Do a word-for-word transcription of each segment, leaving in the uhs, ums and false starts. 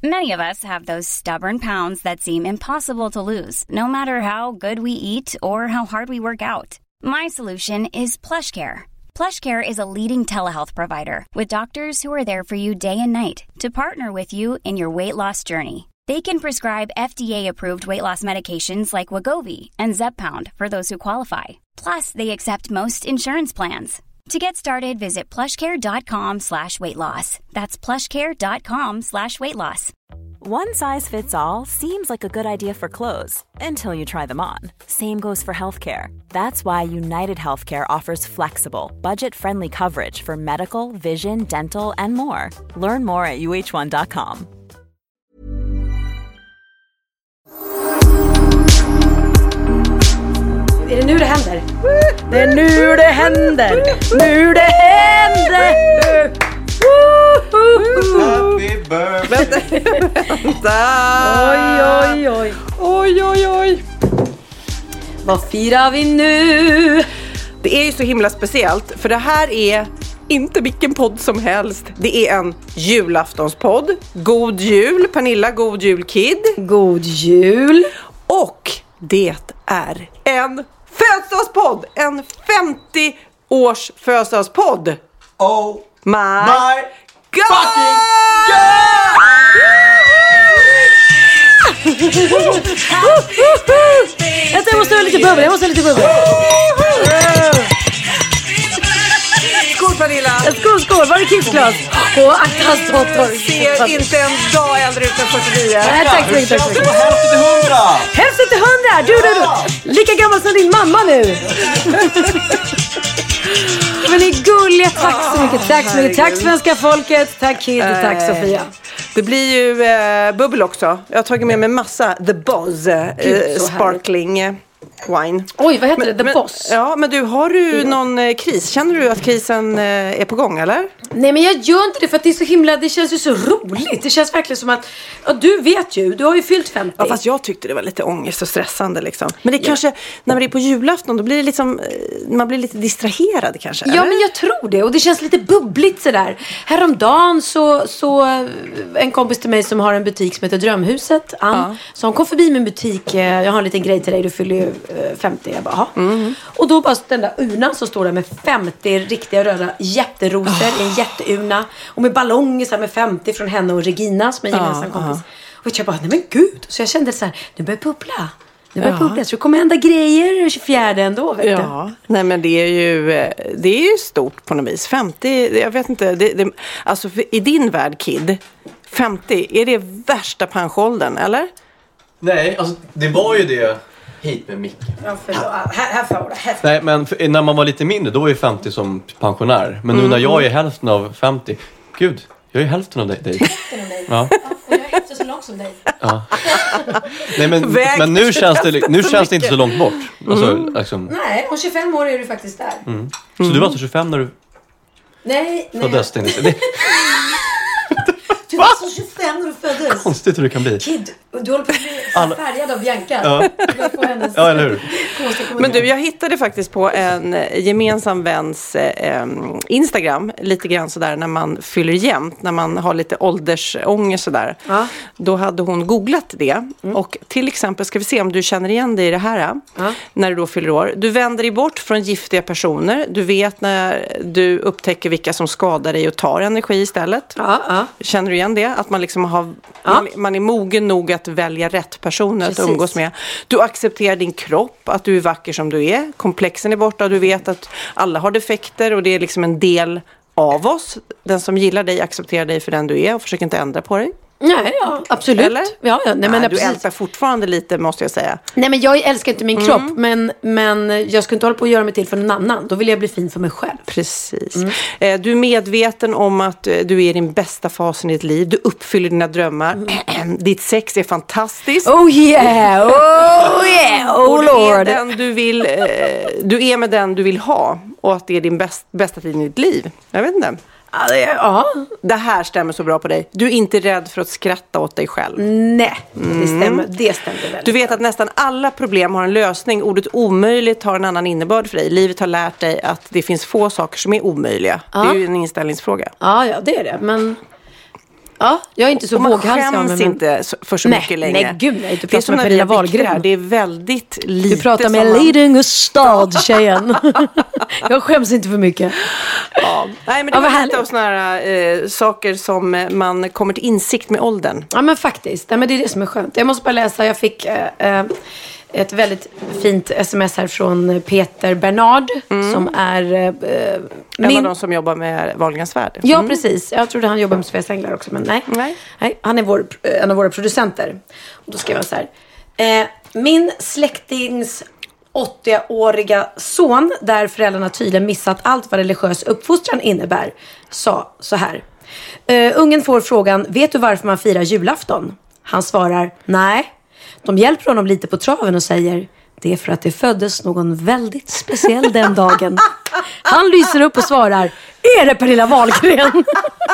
Many of us have those stubborn pounds that seem impossible to lose, no matter how good we eat or how hard we work out. My solution is PlushCare. PlushCare is a leading telehealth provider with doctors who are there for you day and night to partner with you in your weight loss journey. They can prescribe F D A-approved weight loss medications like Wegovy and Zepbound for those who qualify. Plus, they accept most insurance plans. To get started, visit plushcare.com slash weight loss. That's plushcare.com slash weight loss. One size fits all seems like a good idea for clothes until you try them on. Same goes for healthcare. That's why United Healthcare offers flexible, budget-friendly coverage for medical, vision, dental, and more. Learn more at u h one dot com. Är det nu det händer? Det är nu det händer! Nu det händer! Happy birthday! Vänta! Oj, oj, oj. Oj, oj, oj. Vad firar vi nu? Det är ju så himla speciellt, för det här är inte vilken podd som helst. Det är en julaftonspodd. God jul, Pernilla. God jul, Kid. God jul. Och det är en födelsedagspodd. En femtio-års födelsedagspodd. Oh my, my God! Fucking God! Jag måste ha lite bubbel, jag måste ha lite bubbel. Skål, Pernilla. Skål, skål. Var är Kidsglas? Och Aktas dotter. Ser inte en dag äldre ut än fyrtionio. Nej, tack så mycket. Tack så mycket. hälften till hundra! Hälften till hundra! Du, du, du. Lika gammal som din mamma nu. Men ni är gulliga. Tack så mycket. Tack så mycket. Tack svenska folket. Tack Kid. Tack Sofia. Det blir ju eh, bubbel också. Jag har tagit med mig massa The Boss eh, sparkling eh, wine. Oj, vad heter men, det? The men, Boss? Ja, men du, har du mm. någon eh, kris? Känner du att krisen eh, är på gång, eller? Nej, men jag gör inte det för att det är så himla, det känns ju så roligt. Det känns verkligen som att, ja, du vet ju, du har ju fyllt femtio. Ja, fast jag tyckte det var lite ångest och stressande liksom. Men det ja. kanske, när man är på julafton, då blir det liksom, man blir lite distraherad kanske. Ja, eller? men jag tror det. Och det känns lite bubbligt sådär. Häromdagen så, så en kompis till mig som har en butik som heter Drömhuset, Ann, ja. Så hon kom förbi min butik. Jag har en liten grej till dig, du fyller ju femtio. Jag bara, mm. Och då bara den där urnan som står där med femtio riktiga röda jätterosor oh. i en jätteurna. Och med ballonger så här med femtio från henne och Regina som är en gemensam oh, kompis. Oh. Och jag bara, nej men gud. Så jag kände så här, nu börjar bubbla. Nu börjar ja. bubbla. Så det kommer hända grejer tjugofjärde ändå, vet ja. du. Nej, men det är ju det är ju stort på något vis. femtio, jag vet inte. Det, det, alltså för, i din värld, Kid, femtio, är det värsta pensionsåldern, eller? Nej, alltså det var ju det. Hit med mick. Ja, för, här, här får det. Här. Nej, men för, när man var lite mindre, då var ju femtio som pensionär. Men nu mm. när jag är hälften av femtio, gud, jag är hälften av dig. Hälften av dig? Ja. Ja, och jag är hälften så långt som dig. Ja. Nej, men, men nu känns det, nu känns det inte så långt bort. Alltså, mm. liksom. Nej, om tjugofem år är du faktiskt där. Mm. Så mm. du var alltså tjugofem när du nej, föddes? Nej, nej. Du var så tjugofem när du föddes. Konstigt hur det kan bli. Kid, du håller på att bli Alla... färgad av Bianca. Ja. Hennes... ja, eller hur? Men du, jag hittade faktiskt på en gemensam väns eh, Instagram lite grann sådär när man fyller jämnt, när man har lite åldersångest sådär. Ja. Då hade hon googlat det. Mm. Och till exempel, ska vi se om du känner igen dig i det här. Ja. När du då fyller år. Du vänder dig bort från giftiga personer. Du vet när du upptäcker vilka som skadar dig och tar energi istället. Ja, ja. Känner du igen det? Att man liksom har, ja. man, man är mogen nog att välja rätt personer Precis. Att umgås med. Du accepterar din kropp, att du är vacker som du är. Komplexen är borta, du vet att alla har defekter och det är liksom en del av oss. Den som gillar dig accepterar dig för den du är och försöker inte ändra på dig. Nej, ja, absolut. Eller? Ja, ja, nej, men nej, du älskar fortfarande lite, måste jag säga. Nej, men jag älskar inte min mm. kropp. Men, men jag ska inte hålla på att göra mig till för någon annan. Då vill jag bli fin för mig själv. Precis. Mm. Eh, du är medveten om att eh, du är i din bästa fasen i ditt liv. Du uppfyller dina drömmar. Mm. Ditt sex är fantastiskt. Oh yeah! Oh yeah! Oh och lord! Du är, den du, vill, eh, du är med den du vill ha. Och att det är din bäst, bästa tid i ditt liv. Jag vet inte. Ja, det, ja. Det här stämmer så bra på dig. Du är inte rädd för att skratta åt dig själv. Nej, mm. det stämmer, det stämmer väl. Du vet att nästan alla problem har en lösning. Ordet omöjligt har en annan innebörd för dig. Livet har lärt dig att det finns få saker som är omöjliga. Ja. Det är ju en inställningsfråga. Ja, ja, det är det. Men Ja, jag är inte så våghalsig. Man skäms men... inte för så nej, mycket längre. Nej, gud nej. Du det är som med när vi Pernilla Wahlgren. Det är väldigt lite. Du pratar med man... leading stad, tjejen. Jag skäms inte för mycket. Ja. Nej, men det ja, var lite av såna här äh, saker som man kommer till insikt med åldern. Ja, men faktiskt. Ja, men det är det som är skönt. Jag måste bara läsa. Jag fick... Äh, äh, ett väldigt fint sms här från Peter Bernard mm. som är eh, min... en av de som jobbar med Wahlgrens värld. Mm. Ja, precis. Jag trodde han jobbade med Sveriges Änglar också, men nej. nej. nej han är vår, en av våra producenter. Och då skrev han så här. Eh, min släktings åttioåriga son, där föräldrarna tydligen missat allt vad religiös uppfostran innebär, sa så här. Eh, ungen får frågan, vet du varför man firar julafton? Han svarar, nej. De hjälper honom lite på traven och säger, det är för att det föddes någon väldigt speciell den dagen. Han lyser upp och svarar, är det Pernilla Wahlgren?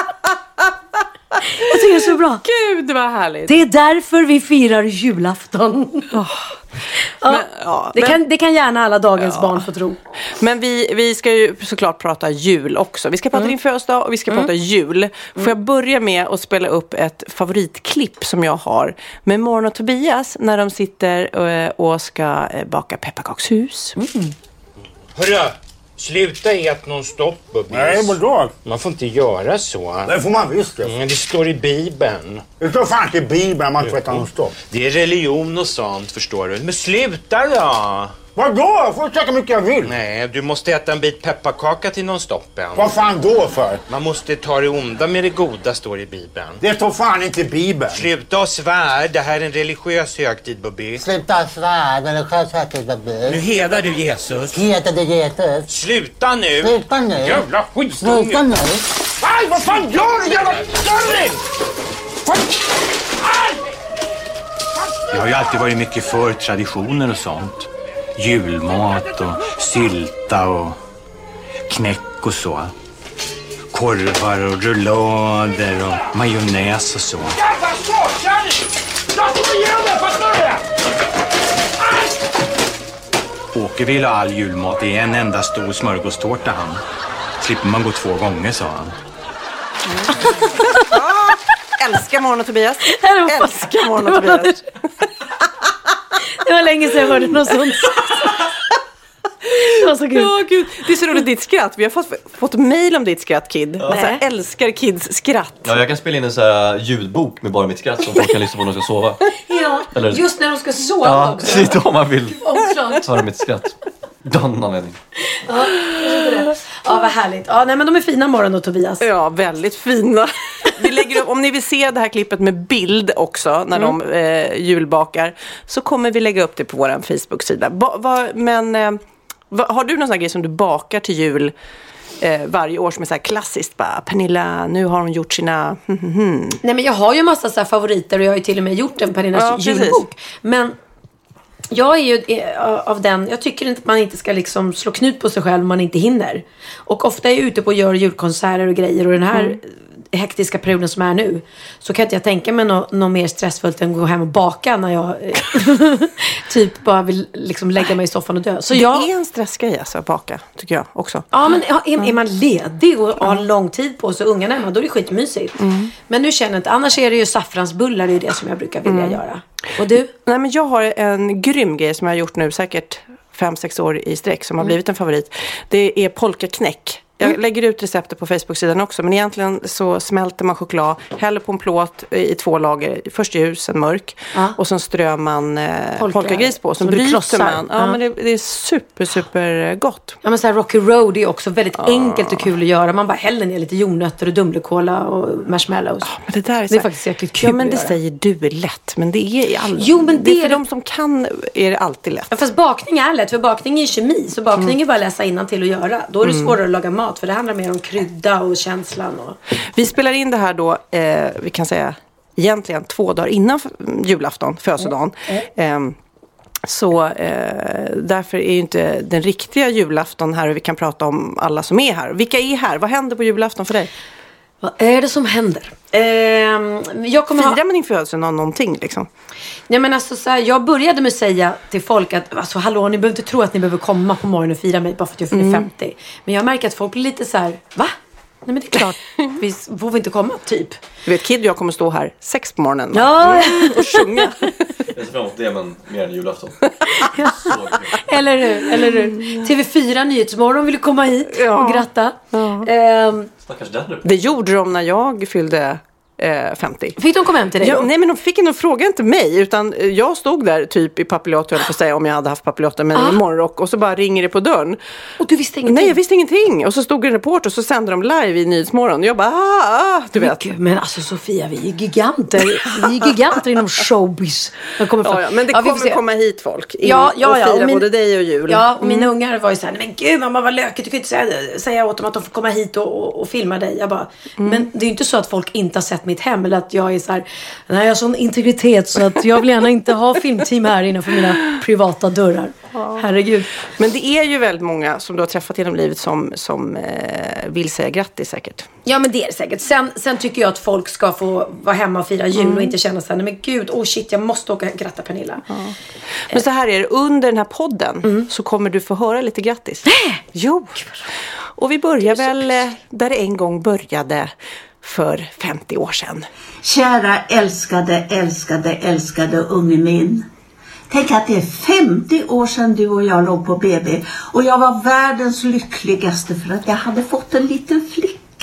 Jag tycker det är så bra. Gud, vad härligt. Det är därför vi firar julafton. Oh. Ja, men, ja, det, men, kan, det kan gärna alla dagens ja. barn få tro. Men vi, vi ska ju såklart prata jul också. Vi ska prata mm. din födelsedag och vi ska mm. prata jul. Får mm. jag börja med att spela upp ett favoritklipp som jag har med Morgon och Tobias när de sitter och, och ska baka pepparkakshus. Mm. Hörru! Sluta ät non-stop, Bubbis. Nej, vadå? Man får inte göra så. Det får man visst. Mm, det står i Bibeln. Det står fan inte i Bibeln, man får äta non-stop. Det är religion och sånt, förstår du. Men sluta då! Vadå? Jag får käka mycket jag vill. Nej, du måste äta en bit pepparkaka till non-stoppen. Vad fan då för? Man måste ta det onda med det goda, står i Bibeln. Det står fan inte i Bibeln. Sluta och svär, det här är en religiös högtid, Bobby. Sluta svär, en religiös högtid, Bobby. Nu hedrar du Jesus. Hedrar du Jesus. Sluta nu. Sluta nu. Jävla skitstunge. Sluta nu. Aj, vad fan gör du, jävla störning? Det har ju alltid varit mycket för traditioner och sånt. Julmat och sylta och knäck och så. Korvar och rullader och majonnäs och så. Jävla småkärring! Jag får igenom det, fattar du? Åke vill ha all julmat i en enda stor smörgåstårta han. Slipper man gå två gånger, sa han. Älskar Morgon och Tobias. Älskar Morgon och Tobias. Det var länge sedan jag hörde något sånt. Det var så kul. Ja, gud. Det är så roligt ditt skratt. Vi har fått, fått mejl om ditt skratt, Kid. Ja. Alltså, jag älskar Kids skratt. Ja, jag kan spela in en så här ljudbok med bara mitt skratt som folk kan lyssna på när de ska sova. Ja, eller, just när de ska sova ja, också. Ja, det är då man vill höra mitt skratt. Don anledning. Ja, det. Ja, vad härligt. Ja, nej, men de är fina, Morgon och Tobias. Ja, väldigt fina. Vi lägger upp, om ni vill se det här klippet med bild också när mm. de eh, julbakar, så kommer vi lägga upp det på vår Facebook-sida. Ba, va, men eh, va, har du någon sån här grej som du bakar till jul eh, varje år som är så här klassiskt? Bara, Pernilla, nu har hon gjort sina... Nej, men jag har ju massa så här favoriter och jag har ju till och med gjort en Pernillas ja, julbok. Men... Jag är ju av den, jag tycker inte att man inte ska liksom slå knut på sig själv om man inte hinner. Och ofta är jag ute på att göra julkonserter och grejer. Och den här mm. hektiska perioden som är nu, så kan inte jag tänka mig något nå mer stressfullt än att gå hem och baka när jag typ bara vill liksom lägga mig i soffan och dö. Så det jag... är en stressgrej alltså att baka, tycker jag också. Ja, men är, är man ledig och har lång tid på sig och ungarna hemma, då är det skitmysigt. Mm. Men nu känner jag inte, annars är det ju saffransbullar, det är det som jag brukar vilja mm. göra. Och du? Nej, men jag har en grym grej som jag har gjort nu säkert fem, sex år i sträck som har mm. blivit en favorit. Det är polkaknäck. Jag mm. lägger ut receptet på Facebook-sidan också. Men egentligen så smälter man choklad, häller på en plåt i två lager. Först ljus, sen mörk. Ja. Och sen strör man eh, Polka. polkagris på. Sen bryter man. Ja, ja. Men det, det är super, super gott. Ja, men så här Rocky Road är också väldigt ja. enkelt och kul att göra. Man bara häller ner lite jordnötter och dumlekola och marshmallows. Ja, men det där är, så det är faktiskt jäkligt kul. Ja, men det säger du är lätt. Men det är aldrig. Jo, men det, det är för det... de som kan är det alltid lätt. Ja, fast bakning är lätt. För bakning är kemi. Så bakning mm. är bara att läsa innantill och göra. Då är det mm. svårare att laga mat. För det handlar mer om krydda och känslan. Och... Vi spelar in det här då, eh, vi kan säga egentligen två dagar innan julafton, födelsedagen. Mm. Eh, så eh, därför är ju inte den riktiga julafton här och vi kan prata om alla som är här. Vilka är här? Vad händer på julafton för dig? Vad är det som händer? Eh, jag kommer Firar ha... man din födelsedag någonting liksom? Nej, men alltså så här, jag började med att säga till folk att alltså, hallå, ni behöver inte tro att ni behöver komma på morgonen och fira mig bara för att jag fyller mm. femtio. Men jag märker att folk blir lite så här, va? Nej, men det är klart. Vi får vi inte komma, typ. Du vet, Kid och jag kommer stå här sex på morgonen. Ja. Och sjunga. Jag ser fram emot det, men mer än julafton. Eller hur, eller hur. T V fyra Nyhetsmorgon ville komma hit Ja. och gratta. Ja. Ehm, Stackars den nu. Det gjorde de när jag fyllde eh, femtio. fick de komma hem till dig Ja, då? nej, men de fick inte fråga inte mig, utan jag stod där typ i papiljotter, höll på att säga, om jag hade haft papiljotter, men Ah. i morgonrock, och så bara ringer det på dörren. Och du visste ingenting? Nej, jag visste ingenting. Och så stod en reporter och så sände de live i Nyhetsmorgon. Och jag bara, ah, ah, du vet. Gud, men alltså Sofia, vi är giganter. Vi är giganter inom showbiz. De kommer fram. Ja, ja, men det Ja, vi får kommer se. komma hit folk in Ja, ja, och ja, fira och min- både dig och jul. Ja, och mina ungar var ju såhär, men gud mamma vad lökigt, du kan inte säga, säga åt dem att de får komma hit och, och, och filma dig. Jag bara, men det är ju inte så att folk inte har sett mitt hem, eller att jag är såhär, nej jag har sån integritet så att jag vill gärna inte ha filmteam här innanför mina privata dörrar. Herregud. Men det är ju väldigt många som du har träffat genom livet som, som eh, vill säga grattis säkert. Ja, men det är det säkert. Sen, sen tycker jag att folk ska få vara hemma och fira jul Mm. och inte känna såhär, nej men gud, oh shit, jag måste åka och gratta Pernilla. Ja. Men så här är det, under den här podden så kommer du få höra lite grattis. Nej! Jo. Och vi börjar väl eh, där det en gång började för femtio år sedan. Kära älskade, älskade, älskade unge min. Tänk att det är femtio år sedan du och jag låg på B B. Och jag var världens lyckligaste för att jag hade fått en liten flicka.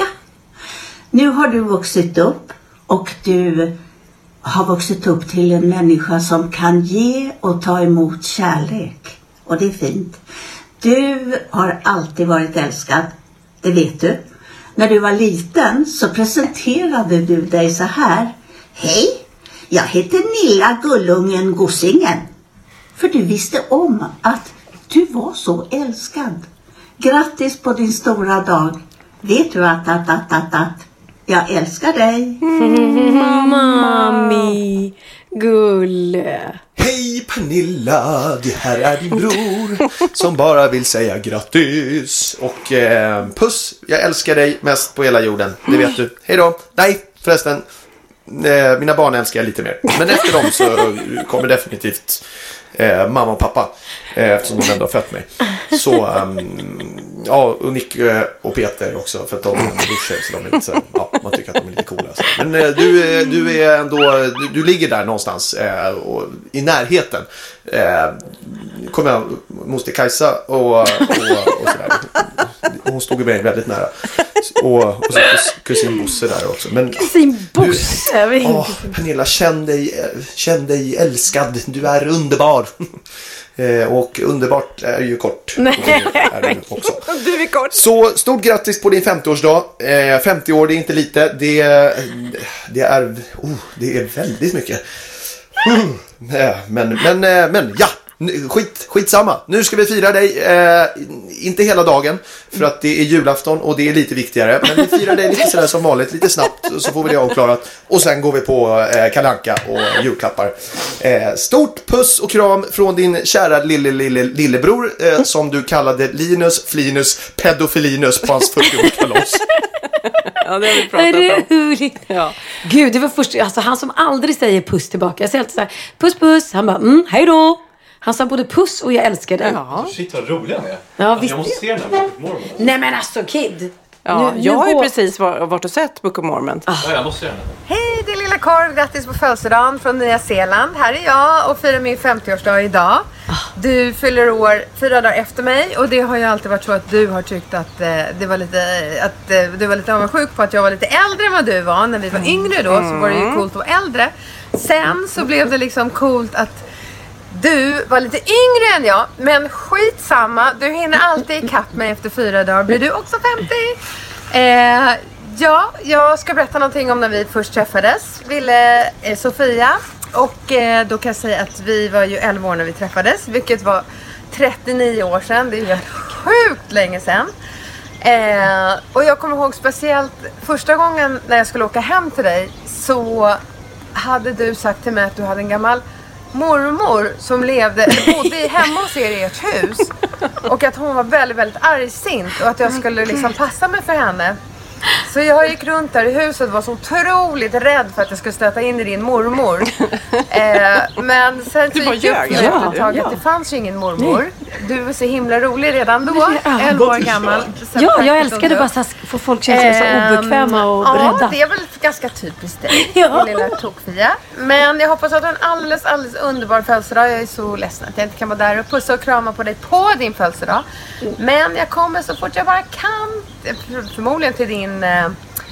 Nu har du vuxit upp och du har vuxit upp till en människa som kan ge och ta emot kärlek. Och det är fint. Du har alltid varit älskad, det vet du. När du var liten så presenterade du dig så här. Hej, jag heter Nilla Gullungen Gossingen. För du visste om att du var så älskad. Grattis på din stora dag. Vet du att, att, att, att, att jag älskar dig. Mm, mami, gulle. Hej Pernilla, det här är din bror som bara vill säga grattis. Och eh, puss, jag älskar dig mest på hela jorden, det vet du. Hej då. Nej, förresten, eh, mina barn älskar jag lite mer. Men efter dem så kommer definitivt eh, mamma och pappa, eh, eftersom de ändå har fött mig. Så, um, ja, och Nick och Peter också, för att de är duschar, så de är lite så, ja, man tycker att de är lite coola. Så. Men eh, du, du är ändå, du, du ligger där någonstans eh, och, i närheten. Eh, kommer jag moster Kajsa och, och, och sådär. Hon stod ju mig väldigt nära. Och, och så kusin Bosse där också. Men, kusin Bosse? Du, åh, Pernilla, känn dig, känn dig älskad. Du är underbar. Eh, och underbart är ju kort. Nej. Är du också. Du är kort. Så stort grattis på din femtioårsdag. Eh, femtio år, det är inte lite. Det, det, är, oh, det är väldigt mycket. Mm. Men, men, men ja. Skit, skitsamma. Nu ska vi fira dig, eh, inte hela dagen, för att det är julafton och det är lite viktigare. Men vi firar dig lite sådär som vanligt, lite snabbt, så får vi det avklarat. Och sen går vi på eh, Kalanka och julklappar. Eh, stort puss och kram från din kära lille, lille, lillebror, eh, som du kallade Linus Flinus Pedofilinus på hans fyrtioårskalas. Ja, det har vi pratat om. Ja. Gud, det var först, alltså han som aldrig säger puss tillbaka. Jag säger alltid så här, puss puss. Han bara, mm, hej då. Han sa både puss och jag älskar dig. Ja. Shit vad roliga ni är. Ja, alltså, visst. jag måste se den här Book of Mormon. Nej men alltså Kid. Ja, nu, jag nu har ju går... precis varit och sett Book of Mormon. Ah. Ja, jag måste se den. Hej, det är lilla Korv. Grattis på födelsedagen från Nya Zeeland. Här är jag och firar min femtioårsdag idag. Du fyller år fyra dagar efter mig. Och det har ju alltid varit så att du har tyckt att, eh, det var lite, att eh, du var lite avundsjuk på att jag var lite äldre än vad du var. När vi var yngre då så var det ju coolt att vara äldre. Sen så blev det liksom coolt att du var lite yngre än jag, men skitsamma. Du hinner alltid ikapp mig efter fyra dagar. Blir du också femtio? Eh, ja, jag ska berätta någonting om när vi först träffades. Ville eh, Sofia. Och eh, då kan jag säga att vi var ju elva år när vi träffades. Vilket var trettionio år sedan. Det är ju sjukt länge sedan. Eh, och jag kommer ihåg speciellt första gången när jag skulle åka hem till dig. Så hade du sagt till mig att du hade en gammal mormor som levde, bodde hemma hos er i ert hus. Och att hon var väldigt, väldigt argsint. Och att jag skulle liksom passa mig för henne. Så jag gick runt där i huset och var så otroligt rädd för att jag skulle stöta in i din mormor. eh, men sen så gick jag upp med ja, ett tag att det fanns ju ingen mormor. Du var så himla rolig redan då, elva år gammal. Ja, jag älskade bara att få folk känna sig så obekväma och ja, rädda. Ja, det är väl ganska typiskt dig, ja. Din lilla tokfia. Men jag hoppas att du har en alldeles, alldeles underbar födelsedag. Jag är så ledsen att jag inte kan vara där och pussa och krama på dig på din födelsedag. Men jag kommer så fort jag bara kan, förmodligen till din, eh,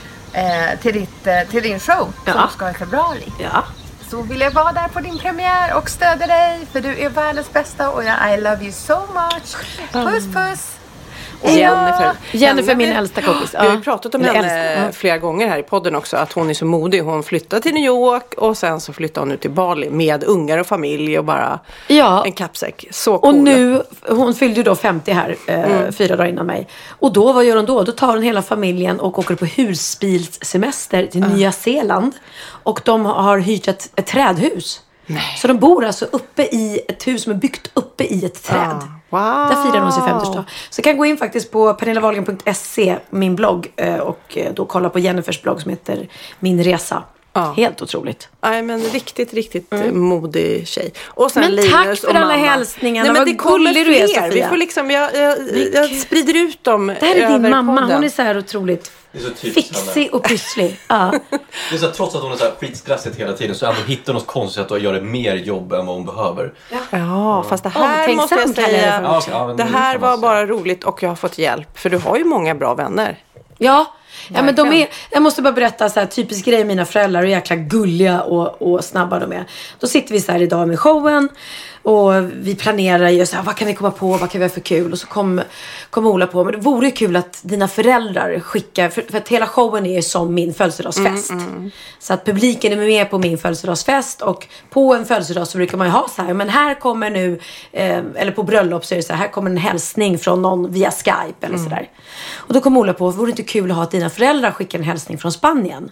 till ditt, eh, till din show ja. Som ska i februari. Ja. Så vill jag vara där på din premiär och stödja dig, för du är världens bästa och jag I love you so much. Puss puss! Och Jennifer, Jennifer, min äldsta kompis. Vi har ju pratat om Eller henne äldsta. flera gånger här i podden också. Att hon är så modig. Hon flyttade till New York och sen så flyttade hon ut till Bali med ungar och familj och bara ja. En kappsäck. Så cool. Och nu, hon fyllde ju då femtio här, eh, mm. fyra dagar innan mig. Och då, vad gör hon då? Då tar hon hela familjen och åker på husbilssemester till uh. Nya Zeeland. Och de har hyrt ett, ett trädhus. Nej. Så de bor alltså uppe i ett hus som är byggt uppe i ett träd. Uh. Wow. Där firar de sin femtioårsdag. Så kan gå in faktiskt på pernilla wahlgren punkt se, min blogg, och då kolla på Jennifers blogg som heter Min Resa. Ja. Helt otroligt. Nej, men riktigt, riktigt mm. modig tjej. Och sen men Linus tack för och alla mamma. hälsningarna. Nej, men det kommer du är, Sofia. Vi får liksom, jag, jag, jag sprider ut dem. Det här är din mamma. Podden. Hon är så här otroligt fixig och pysslig. Ja. Det är så här, trots att hon är så här skitstressigt hela tiden så ändå hittar något konstigt att göra mer jobb än vad hon behöver. Ja, ja fast det här oh, måste jag säga. Ja, ja, det här var bara roligt och jag har fått hjälp. För du har ju många bra vänner. Ja. Ja, men de är, jag måste bara berätta så här, typisk grej. Mina föräldrar är jäkla gulliga och, och snabba de är. Då sitter vi så här idag med showen och vi planerar ju så här, vad kan vi komma på, vad kan vi ha för kul? Och så kom, kom Ola på, men det vore ju kul att dina föräldrar skickar, för, för att hela showen är ju som min födelsedagsfest. Mm, mm. Så att publiken är med på min födelsedagsfest och på en födelsedag så brukar man ju ha så här, men här kommer nu, eh, eller på bröllop så är det så här, här kommer en hälsning från någon via Skype eller mm. sådär. Och då kom Ola på, vore det inte kul att ha att dina föräldrar skickar en hälsning från Spanien?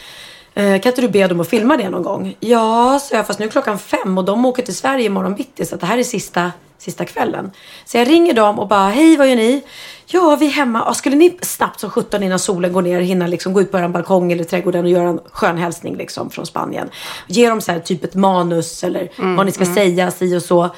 Eh, kan inte du be dem att filma det någon gång? Ja, så jag, fast nu är klockan fem och de åker till Sverige imorgon bitti, så att det här är sista, sista kvällen. Så jag ringer dem och bara, hej, vad gör ni? Ja, vi är hemma. Och skulle ni snabbt som sjutton innan solen går ner hinna liksom gå ut på en balkong eller trädgården och göra en skön hälsning liksom från Spanien? Ge dem så här typ ett manus eller mm, vad ni ska mm. säga, si och så.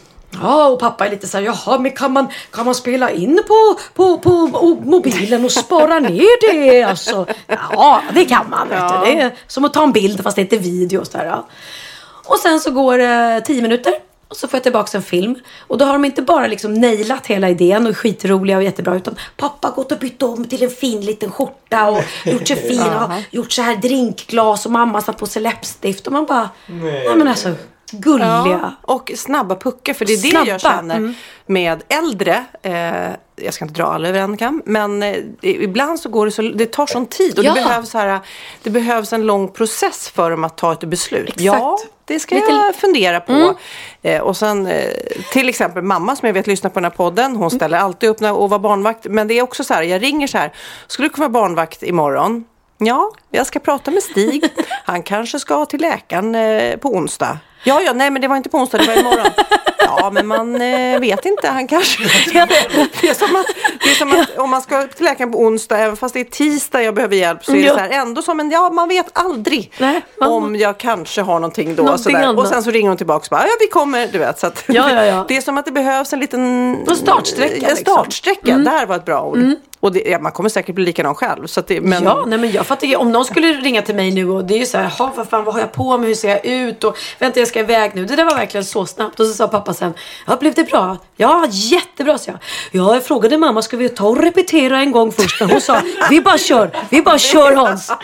Ja, och pappa är lite så här, jaha, men kan man, kan man spela in på, på, på mobilen och spara ner det? Alltså, ja, det kan man. Vet du. Det är som att ta en bild fast det inte är video. Och, så där, ja. Och sen så går det eh, tio minuter och så får jag tillbaka en film. Och då har de inte bara liksom nailat hela idén och är skitroliga och jättebra, utan pappa har gått och bytt om till en fin liten skjorta och gjort sig fin och gjort så här drinkglas och mamma satt på sig läppstift och man bara, nej, nej men alltså... gulliga. Ja, och snabba puckar, för det är det snabba. Jag känner mm. med äldre. Eh, jag ska inte dra alla över en kam, men eh, ibland så går det så, det tar sån tid och ja. det, behövs här, det behövs en lång process för dem att ta ett beslut. Exakt. Ja, det ska Lite... jag fundera på. Mm. Eh, och sen eh, till exempel mamma som jag vet lyssnar på den här podden, hon ställer mm. alltid upp när och var barnvakt, men det är också så här, jag ringer så här, skulle du kunna vara barnvakt imorgon? Ja, jag ska prata med Stig. Han kanske ska till läkaren eh, på onsdag. Ja, ja, nej, men det var inte på onsdag, det var imorgon. Ja, men man eh, vet inte, han kanske... Det är, som att, det är som att om man ska till läkaren på onsdag, även fast det är tisdag jag behöver hjälp, så är det så här ändå som en, ja, man vet aldrig nej, man, om jag kanske har någonting då. Någonting sådär. Och sen så ringer hon tillbaka och bara, ja, vi kommer, du vet. Så att, ja, ja, ja. Det är som att det behövs en liten... En startsträcka. En startsträcka, liksom. mm. Där var ett bra ord. Mm. Och det, ja, man kommer säkert bli likadan själv. Så att det, men... Ja, nej, men jag fattar, om någon skulle ringa till mig nu och det är ju så här, vad fan, vad har jag på mig, hur ser jag ut? Och vänta, jag ska iväg nu. Det där var verkligen så snabbt. Och så sa pappa sen, ja, blev det bra? Ja, jättebra, så jag. Ja, jag frågade mamma, ska vi ta och repetera en gång först? Men hon sa, vi bara kör, vi bara kör Hans.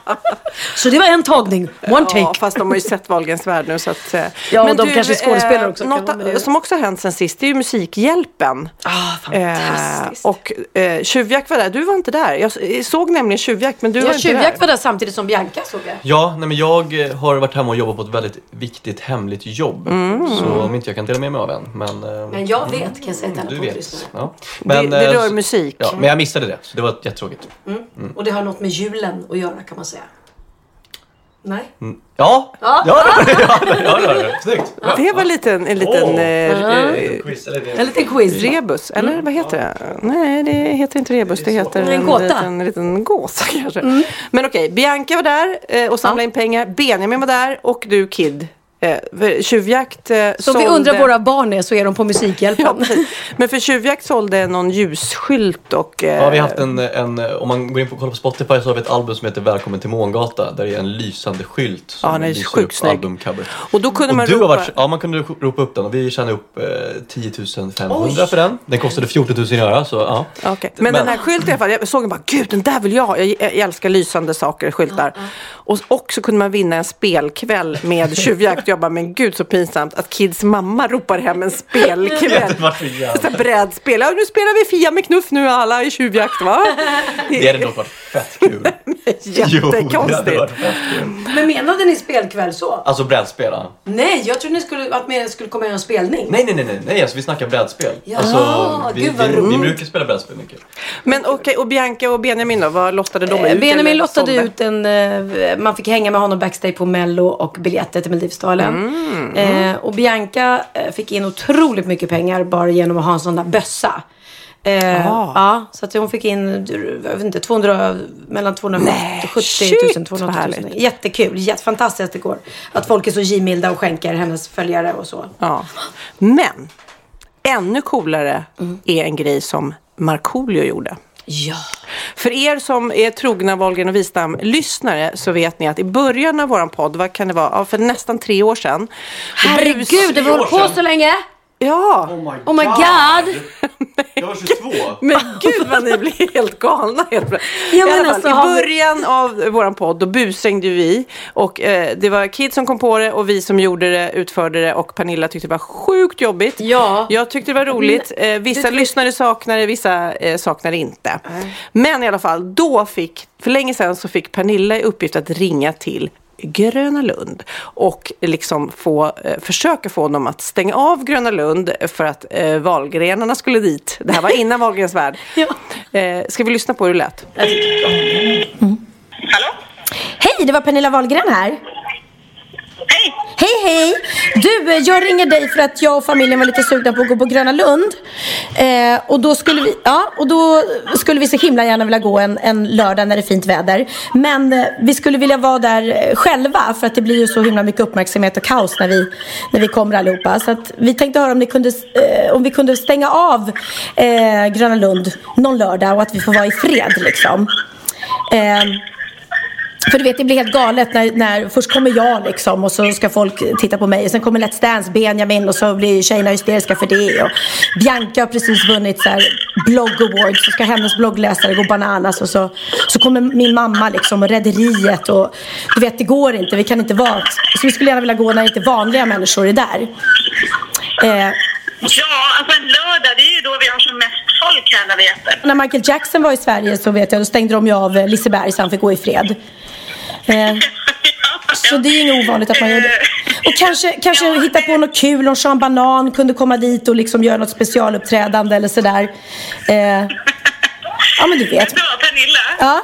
Så det var en tagning, one take. Ja, fast de har ju sett Wahlgrens värld nu. Så att, ja, men de du, kanske skådespelar också. Något som också har hänt sen sist, det är ju Musikhjälpen. Ah, fantastiskt. Eh, och eh, Tjuvjakt var där, du var inte där. Jag såg nämligen Tjuvjakt, men du ja, var inte Tjuvjakt där. var där samtidigt som Bianca, såg jag. Ja, nej, men jag har varit hemma och jobbat på ett väldigt viktigt hemligt jobb. Mm. Så om inte jag kan dela med mig av en. Men, men jag vet, kan jag säga till alla du vet. Ja. Men, det, det rör musik. Ja, men jag missade det, så det var jättetråkigt. Mm. Mm. Och det har något med julen att göra, kan man säga. Nej. Mm. Ja. Ja. Ja, det var det. Ja, det var det. Snyggt. Ja. Det var lite, en liten oh. eh, quiz, eller en liten quiz. Rebus, eller mm. vad heter det? Nej, det heter inte rebus, det heter en, en, gåta. en liten gåta kanske. Mm. Men okej, Bianca var där eh, och samlade ja. in pengar. Benjamin var där och du, Kid. Eh, tjuvjakt eh, Så sålde... vi undrar våra barn är så är de på Musikhjälpen. Ja, men för Tjuvjakt sålde någon ljusskylt och... Eh... Ja, vi har haft en, en... Om man går in på och kollar på Spotify så har vi ett album som heter Välkommen till Mångata. Där det är en lysande skylt som ja, lyser upp albumcover. Och då kunde och man du ropa... har varit, ja, man kunde ropa upp den och vi tjänade upp eh, tio tusen femhundra för den. Den kostade fjorton tusen att göra, så ja. Okay. Men, men den här skylten i alla fall, jag såg den bara, gud den där vill jag ha. Jag, jag älskar lysande saker, skyltar. Ja, ja. Och också kunde man vinna en spelkväll med Tjuvjakt. Jag bara, men gud så pinsamt att Kids mamma ropar hem en spelkväll. Så brädspel. Ja, nu spelar vi Fia med knuff nu alla i Tjuvjakt, va? Det hade dock varit fett kul. Jättekonstigt. Men menade ni spelkväll så? Alltså brädspel, ja. Nej, jag trodde ni skulle, att ni skulle komma göra en spelning. Nej, nej, nej, nej, nej alltså, vi snackar brädspel. Ja, alltså, vi, gud vad vi, roligt. vi brukar spela brädspel mycket. Men okej, okay, och Bianca och Benjamin då, vad lottade de eh, ut? Benjamin lottade ut en, eh, man fick hänga med honom backstage på Mello och biljetter till Melodifestivalen. Mm, mm. Eh, och Bianca eh, fick in otroligt mycket pengar bara genom att ha en sån där bössa. Eh, ja, så att hon fick in jag vet inte, tvåhundra, mellan tvåhundrasjuttio tusen och tvåhundraåttio tusen. Jättekul, jättefantastiskt det går. Att folk är så givmilda och skänker hennes följare och så. Ja. Men ännu coolare mm. är en grej som Markoolio gjorde. Ja. För er som är trogna Wahlgren och Wistam-lyssnare så vet ni att i början av våran podd, vad kan det vara, för nästan tre år sedan. Herregud, det var på så länge. Ja. Oh my god. Oh my god. Jag var tjugotvå. Men gud vad ni blir helt galna helt plötsligt. Ja, I, alla alltså, fall, i början vi... av våran podd då busringde vi och eh, det var Kid som kom på det och vi som gjorde det, utförde det och Pernilla tyckte det var sjukt jobbigt. Ja. Jag tyckte det var roligt. Eh, vissa du... lyssnare saknade, vissa eh, saknade inte. Mm. Men i alla fall, då fick, för länge sedan så fick Pernilla i uppgift att ringa till Gröna Lund och liksom få eh, försöka få dem att stänga av Gröna Lund för att eh, Wahlgrenarna skulle dit. Det här var innan Wahlgrens värld. Ja. Eh, ska vi lyssna på hur det lät? Mm. Hallå? Hej, det var Pernilla Wahlgren här. Hej! Hej, hej! Du, jag ringer dig för att jag och familjen var lite sugna på att gå på Gröna Lund. Eh, och då skulle vi, ja, och då skulle vi så himla gärna vilja gå en, en lördag när det är fint väder. Men eh, vi skulle vilja vara där själva för att det blir ju så himla mycket uppmärksamhet och kaos när vi, när vi kommer allihopa. Så att vi tänkte höra om, ni kunde, eh, om vi kunde stänga av eh, Gröna Lund någon lördag och att vi får vara i fred liksom. Eh, För du vet, det blir helt galet när, när först kommer jag liksom och så ska folk titta på mig och sen kommer Let's Dance Benjamin och så blir tjejerna hysteriska för det och Bianca har precis vunnit så här blogg awards så ska hennes bloggläsare gå bananas och så, så kommer min mamma liksom och rederiet och du vet, det går inte, vi kan inte vara så vi skulle gärna vilja gå när inte vanliga människor är där. eh, Ja, alltså en lördag, det är ju då vi har som mest folk här när vi äter. När Michael Jackson var i Sverige så vet jag, då stängde de ju av Liseberg så han fick gå i fred. Eh, så det är ju inget ovanligt att man gör det. Och kanske, kanske ja, hitta på något kul. Om Sean Banan kunde komma dit och liksom göra något specialuppträdande eller sådär. Eh, ja, men du vet. Så, Pernilla. Ja.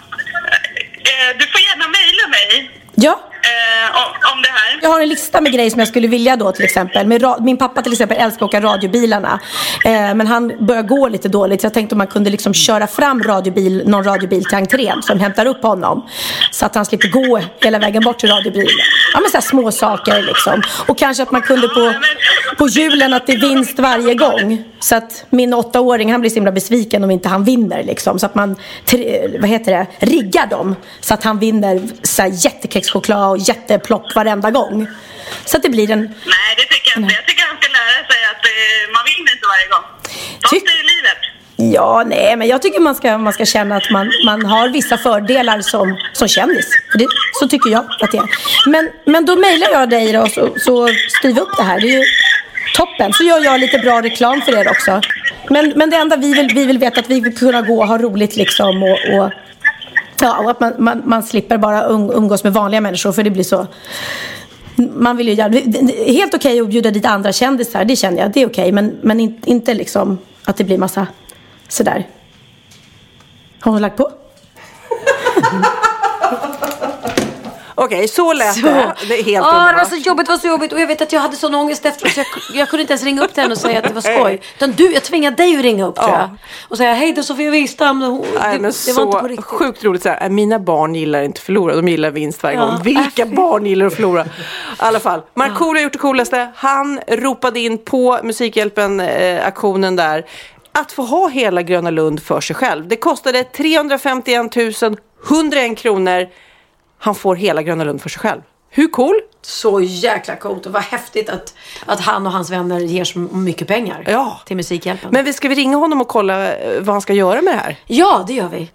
Eh, du får gärna mejla mig. Ja. Eh, om, om det här. Jag har en lista med grejer som jag skulle vilja då till exempel. Med ra- min pappa till exempel älskar att åka radiobilarna. Eh, men han börjar gå lite dåligt. Så jag tänkte om man kunde liksom köra fram radiobil, någon radiobil till entrén som hämtar upp honom. Så att han slipper gå hela vägen bort till radiobilen. Ja, men så här små saker liksom. Och kanske att man kunde på, på julen att det är vinst varje gång. Så att min åttaåring han blir så himla besviken om inte han vinner liksom. Så att man, vad heter det, riggar dem. Så att han vinner så här jättekexchoklad och jätteplopp varenda gång. Så att det blir en... Nej, det tycker jag inte. Jag tycker han ska lära sig att eh, man vinner inte varje gång. Sånt är ju livet. Ja, nej, men jag tycker man ska, man ska känna att man, man har vissa fördelar som, som kändis. Det, så tycker jag att det är. Men, men då mejlar jag dig då, så, så skriv upp det här. Det är ju toppen. Så gör jag lite bra reklam för er också. Men, men det enda vi vill, vi vill veta att vi vill kunna gå och ha roligt liksom och... och ja, och att man, man, man slipper bara um, umgås med vanliga människor. För det blir så... Man vill ju göra... Helt okej att bjuda dit andra kändisar. Det känner jag, det är okej. Men, men in, inte liksom att det blir massa sådär. Har hon lagt på? Okej, okay, så lät så. det. Det är helt ah, det var så jobbigt, det var så jobbigt. Och jag vet att jag hade sån ångest efteråt. Så jag, jag kunde inte ens ringa upp till henne och säga att det var skoj. Utan du, jag tvingade dig att ringa upp, ja. tror jag. Och säga, hej då Sofia Wistam. Det, Nej, men det så var inte på riktigt. Sjukt roligt så här. Mina barn gillar inte förlora. De gillar vinst varje ja. gång. Vilka barn gillar att förlora? I alla fall. Markoolio har gjort det coolaste. Han ropade in på Musikhjälpen-aktionen eh, där. Att få ha hela Gröna Lund för sig själv. Det kostade trehundrafemtioen tusen etthundraen kronor. Han får hela Gröna Lund för sig själv. Hur cool? Så jäkla coolt. Och vad häftigt att, att han och hans vänner ger så mycket pengar ja. till Musikhjälpen. Men vi ska vi ringa honom och kolla vad han ska göra med det här? Ja, det gör vi.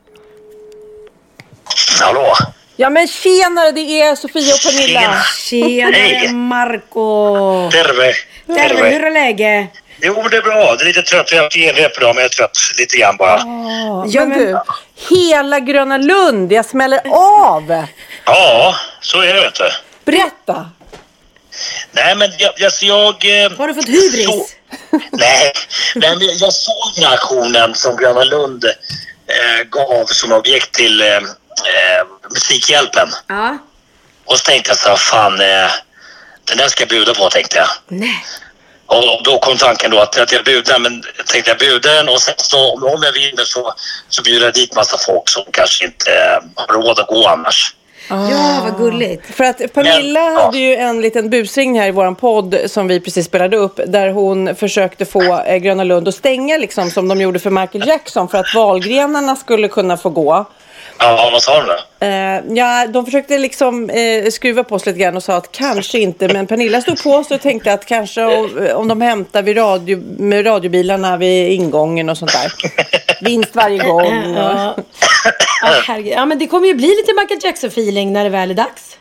Hallå? Ja men tjenare, det är Sofia och Pernilla. Tjenare Marco. Terve. Terve, hur är läget? Jo, det är bra. Det är lite trött. Jag har haft genrep idag, men jag är trött lite grann bara. Oh, ja, men du, hela Gröna Lund, jag smäller av. Ja, så är det, vet du. Berätta. Nej, men jag... jag, jag har du fått hybris? Så, nej, nej, men jag såg den här aktionen som Gröna Lund eh, gav som objekt till eh, Musikhjälpen. Ja. Och så tänkte jag så här, fan, eh, den där ska jag bjuda på, tänkte jag. Nej. Och då kom tanken då att, att jag bjuder, men jag tänkte jag bjuder den och sen så om jag vinner så, så bjuder jag dit massa folk som kanske inte eh, har råd att gå annars. Ah. Ja, vad gulligt. För att Pernilla men, ja. hade ju en liten busring här i våran podd som vi precis spelade upp där hon försökte få eh, Gröna Lund att stänga liksom som de gjorde för Michael Jackson för att valgrenarna skulle kunna få gå. Ja, vad sa du då? Uh, ja, de försökte liksom uh, skruva på sig lite grann och sa att kanske inte. Men Pernilla stod på sig och tänkte att kanske om, om de hämtar vid radio, med radiobilarna vid ingången och sånt där. Vinst varje gång. Ja. Ah, ja, men det kommer ju bli lite Michael Jackson-feeling när det väl är dags.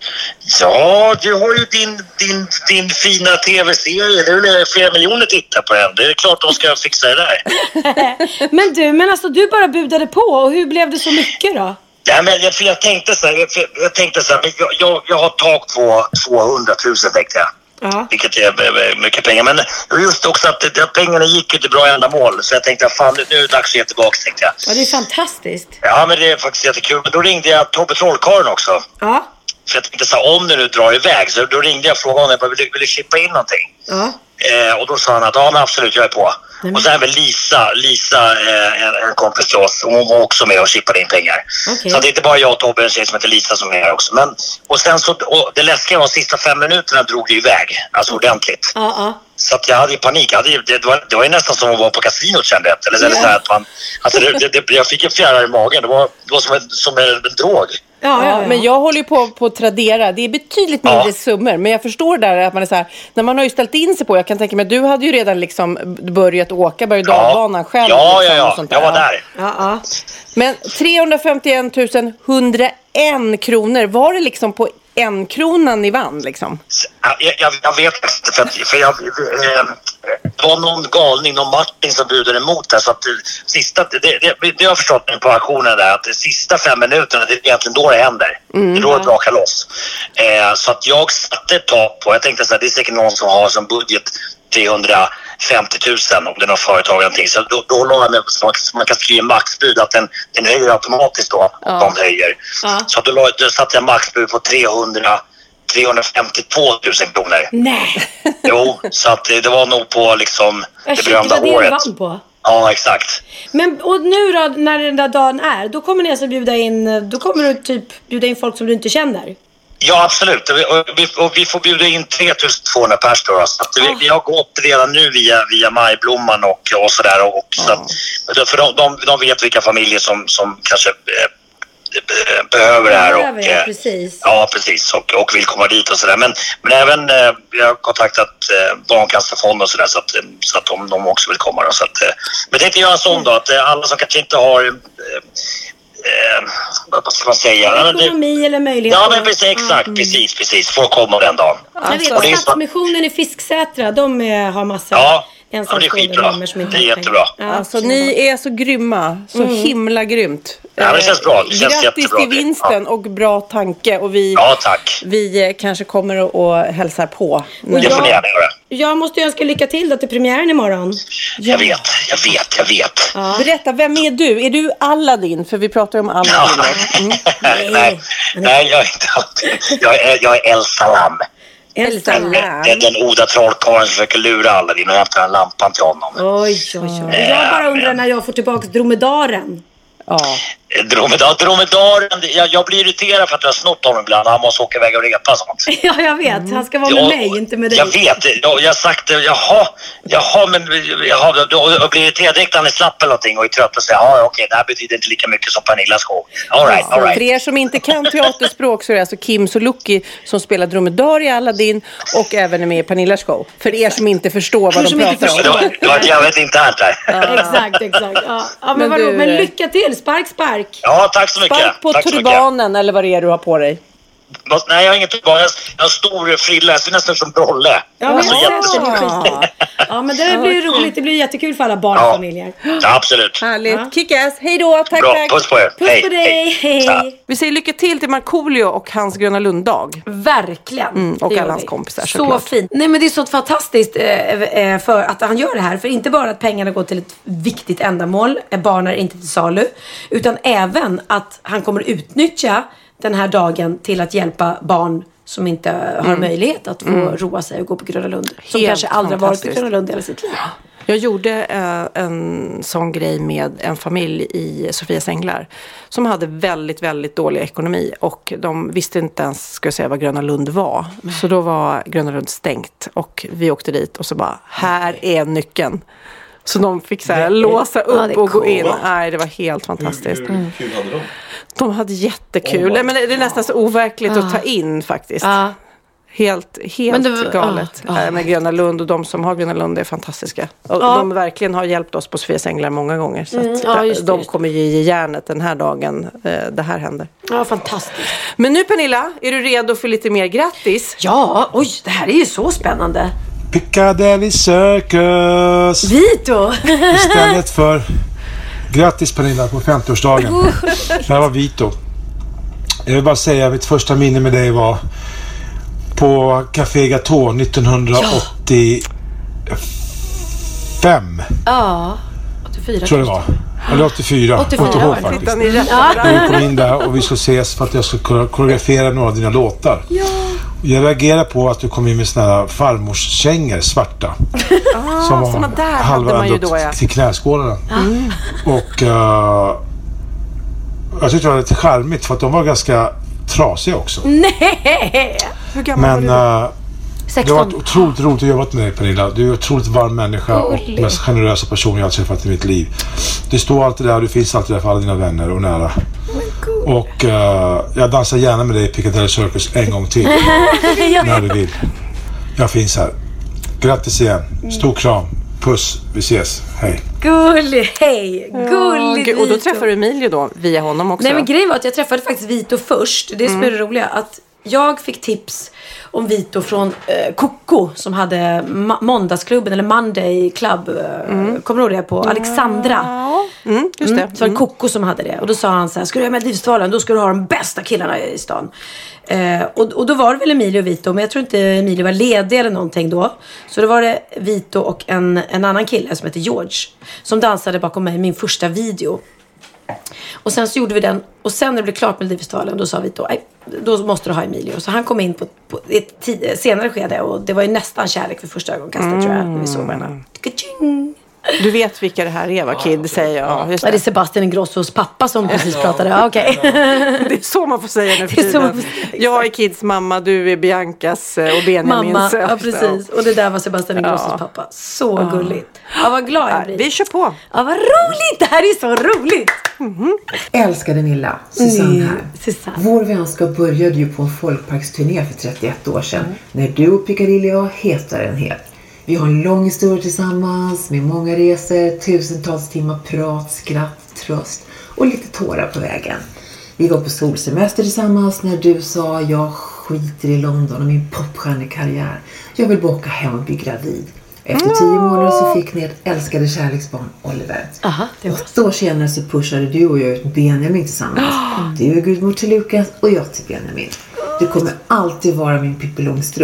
Ja, du har ju din, din, din fina tv-serie. Det är väl flera miljoner tittar på den. Det är klart de ska fixa det där. Men du, men alltså du bara budade på. Och hur blev det så mycket då? Ja, men jag, för jag tänkte så här, jag, jag tänkte så här, jag, jag, jag har tak på tvåhundratusen tänkte jag. Ja. Vilket är mycket pengar. Men just också att det, pengarna gick ju till bra ändamål. Så jag tänkte, fan nu är det dags att ge tillbaka, tänkte jag. Ja, det är fantastiskt. Ja, men det är faktiskt jättekul. Men då ringde jag Tobbe Trollkarlen också. Ja. För jag tänkte så här, om det nu drar iväg. Så då ringde jag och frågade om jag ville, ville chippa in någonting. Ja. Eh, och då sa han att ja, men absolut, jag är på. Nej, och så även Lisa, Lisa eh, en, en kompis till oss, hon var också med och chippade in pengar. Okay. Så det är inte bara jag och Tobbe, en tjej som heter Lisa som är här också. Men, och sen så, och det läskiga var de sista fem minuterna drog det iväg, alltså ordentligt. Ja, ja. Så att jag hade ju panik. Jag hade, det, det, var, det var ju nästan som att vara på kasinot, kände jag. Eller, yeah. eller så här att man, alltså det, det, det, jag fick en fjärrar i magen. Det var, det var som, en, som en, en drog. Ja, ja, ja, men jag håller ju på på Tradera. Det är betydligt mindre ja. summor. Men jag förstår där att man är så här, när man har ju ställt in sig på, jag kan tänka mig, du hade ju redan liksom börjat åka, börjat dalbanan ja. själv. Ja, liksom, ja, ja. Sånt jag var där. Ja, ja. Men trehundrafemtioen tusen etthundraen kronor, var det liksom på en kronan ni vann liksom? Jag, jag, jag vet inte, för, att, för jag, eh, det var någon galning, någon Martin som budade emot det. Så att det, sista, det, det, det, det har jag förstått på auktionen där, att de sista fem minuterna, det är egentligen då det händer. Mm, det är då det drakar loss. Eh, så att jag satte ett tak på, jag tänkte så här, det är säkert någon som har som budget trehundrafemtio tusen om det är någon företag eller någonting. Så då, då la jag med så man kan skriva maxbud att den, den höjer automatiskt då. Ja. De höjer. Ja. Så då, la, då satte jag maxbud på trehundra, trehundrafemtiotvå tusen kronor. Nej. Jo, så att det, det var nog på liksom jag det berömda det året. Vann på. Ja, exakt. Men och nu då, när den där dagen är, då kommer ni alltså bjuda in, då kommer du typ bjuda in folk som du inte känner? Ja, absolut. Och vi, och vi, och vi får bjuda in tre tusen tvåhundra pers då. Så att vi, oh. vi har gått redan nu via, via Majblomman och, och sådär. Och, och så att, för de, de, de vet vilka familjer som, som kanske eh, behöver det här. Behöver, och, ja, precis. Ja, precis. Och, och vill komma dit och sådär. Men, men även eh, vi har kontaktat eh, Barncancerfonden och sådär. Så att, så att de, de också vill komma. Då, så att, eh, men det är inte göra en sån då. Att eh, alla som kanske inte har... Eh, Eh, vad ska man säga? Ekonomi det, eller möjlighet. Ja, men precis, exakt, mm. precis, precis. Får komma den dagen. Alltså, jag vet, Stadsmissionen i Fisksätra, de är, har massa ja, ja, det är skitbra. Som inte det är jättebra. Ja, alltså, ni är så grymma. Så mm. himla grymt. Ja, det känns bra. Det känns grattis jättebra. Till vinsten ja. Och bra tanke. Och vi, ja, tack. Vi kanske kommer och, och hälsar på. Det får ni gärna göra. jag måste önska lycka till då till premiären imorgon. Jag vet, jag vet, jag vet. Ja. Berätta, vem är du? Är du Aladdin? För vi pratar ju om Aladdin. Ja. Mm. nej, nej, nej, jag är inte Aladdin. Jag är, jag är Elsa Lam. Elsa Lam. Det är den oda trollkarlen som försöker lura Aladdin och hämta en lampan till honom. Oj, oj, oj. Jag bara undrar när jag får tillbaka dromedaren. Ja. Dromedar, dromedaren, jag, jag blir irriterad för att jag har snott honom ibland. Han måste åka iväg och repa sånt. Ja, jag vet. Han ska vara med ja, mig, inte med dig. Jag vet. Jag, jag har sagt det. Jaha, jaha, men jaha, då, jag blir irriterad direkt när han är slapp eller någonting och är trött och säger ja, okej, det här betyder inte lika mycket som Pernillas show. All right, all right. För er som inte kan teaterspråk så är det alltså Kim Sulocki som spelar dromedar i Aladdin och även är med i Pernillas show. För er som inte förstår vad de pratar om. Det var, det var jävligt internt där. Ja. Exakt, exakt. Ja, ja men, men, vadå, du... men lycka till, spark, spark. Ja, tack så mycket. Spark på tack turbanen eller vad det är du har på dig. Nej, jag har inget turban. Jag har en stor frilla. Jag ser nästan som brolle. Ja, men, alltså, ja. ja, men det blir ja, roligt. Det blir jättekul för alla barnfamiljer. Ja, ja absolut. Härligt. Ja. Kick-ass. Hej då. Tack, Bra. tack. Puss på er. Puss hej, på dig. Hej. hej. Vi säger lycka till till Markoolio och hans Gröna Lund-dag. Verkligen. Mm, och alla hans kompisar. Så klart. Fint. Nej, men det är så fantastiskt eh, för att han gör det här. För inte bara att pengarna går till ett viktigt ändamål. Barn är inte till salu. Utan även att han kommer utnyttja den här dagen till att hjälpa barn som inte har mm. möjlighet att få mm. roa sig och gå på Gröna Lund. Som Helt kanske aldrig varit på Gröna Lund i hela sitt liv. Jag gjorde eh, en sån grej med en familj i Sofias Änglar som hade väldigt, väldigt dålig ekonomi och de visste inte ens, ska jag säga, vad Gröna Lund var. Mm. Så då var Gröna Lund stängt och vi åkte dit och så bara, här är nyckeln. Så de fick så här låsa upp ja, och cool. gå in. Nej, det var helt fantastiskt. Hur, hur kul hade de? De hade jättekul. Oh, men det är nästan så overkligt ah. att ta in faktiskt. Ah. Helt, helt det, galet. Ah, ah. Med Gröna Lund och de som har Gröna Lund är fantastiska. Och ah. de verkligen har hjälpt oss på Sofias Änglar många gånger. Så mm. att ah, just de just kommer ju ge järnet den här dagen det här händer. Ja, fantastiskt. Men nu Pernilla, är du redo för lite mer grattis? Ja, oj, det här är ju så spännande. Piccadilly Circus. Vito. Istället för grattis Pernilla på femtioårsdagen. Det här var Vito. Jag vill bara säga, mitt första minne med dig var på Café Gateau nittonhundraåttiofem. Ja, åttiofyra. Tror det var. Eller åttiofyra. åttiofyra var faktiskt. Ni rätt. Ja. När vi kom in där och vi skulle ses för att jag skulle koreografera några av dina låtar. Ja. Jag reagerar på att du kom in med såna här farmorskängor, svarta. Ah, som var där halva hade man ju då, ja. till knäskålarna. Mm. Och uh, jag tyckte det var lite charmigt för att de var ganska trasiga också. Nej! Hur gammal Men, var du? Uh, det var otroligt roligt att jobba med dig, Pernilla. Du är en otroligt varm människa och mest generösa person jag har träffat i mitt liv. Du står alltid där och du finns alltid där för alla dina vänner och nära. Och uh, jag dansar gärna med dig i Piccadilly Circus en gång till. När du vill. Jag finns här. Grattis igen. Stor kram. Puss. Vi ses. Hej. Gullig, hej. Gullig ja, och då träffade du Emilio då via honom också. Nej, men grejen var att jag träffade faktiskt Vito först. Det är som är det roliga. Att jag fick tips om Vito från eh, Coco som hade ma- måndagsklubben eller Monday Club. Eh, mm. Kommer du ihåg det på Alexandra? Mm, just det. Mm. Så var det Coco som hade det. Och då sa han så här, ska du göra Melodifestivalen, då ska du ha de bästa killarna i stan. Eh, och, och då var det väl Emilio och Vito, men jag tror inte Emilio var ledig eller någonting då. Så då var det Vito och en, en annan kille som heter George som dansade bakom mig i min första video. Och sen så gjorde vi den. Och sen när det blev klart med Melodifestivalen, då sa vi då, då måste du ha Emilio. Så han kom in på, på ett tid, senare skede. Och det var ju nästan kärlek för första ögonkastet mm. tror jag. När vi såg varandra. Du vet vilka det här är, va, Kid, säger jag. Just det. Ja, det är Sebastian Ingrossos pappa som precis pratade. Ja, okej. Okay. Det är så man får säga nu för tiden. Jag är Kids mamma, du är Biancas och Benjamins. Mamma, ja precis. Och det där var Sebastian Ingrossos ja. pappa. Så ja. gulligt. Ja, vad glad jag blir. Vi kör på. Ja, vad roligt. Det här är så roligt. Mm-hmm. Älskade Nilla, Susanne här. Mm, Susanne. Vår vänskap började ju på en folkparksturné för trettioett år sedan. Mm. När du och Piccadilly var hetare än het. Vi har en lång historia tillsammans med många resor, tusentals timmar prat, skratt, tröst och lite tårar på vägen. Vi var på solsemester tillsammans när du sa jag skiter i London och min popstjärnekarriär. Jag vill bara åka hem och bli gravid. Efter tio månader så fick ni ett älskade kärleksbarn, Oliver. Aha, det var... Åtta år senare så pushade du och jag ut Benjamin tillsammans. Du är gudmor till Lukas och jag till Benjamin. Du kommer alltid vara min Pippi Långstrump.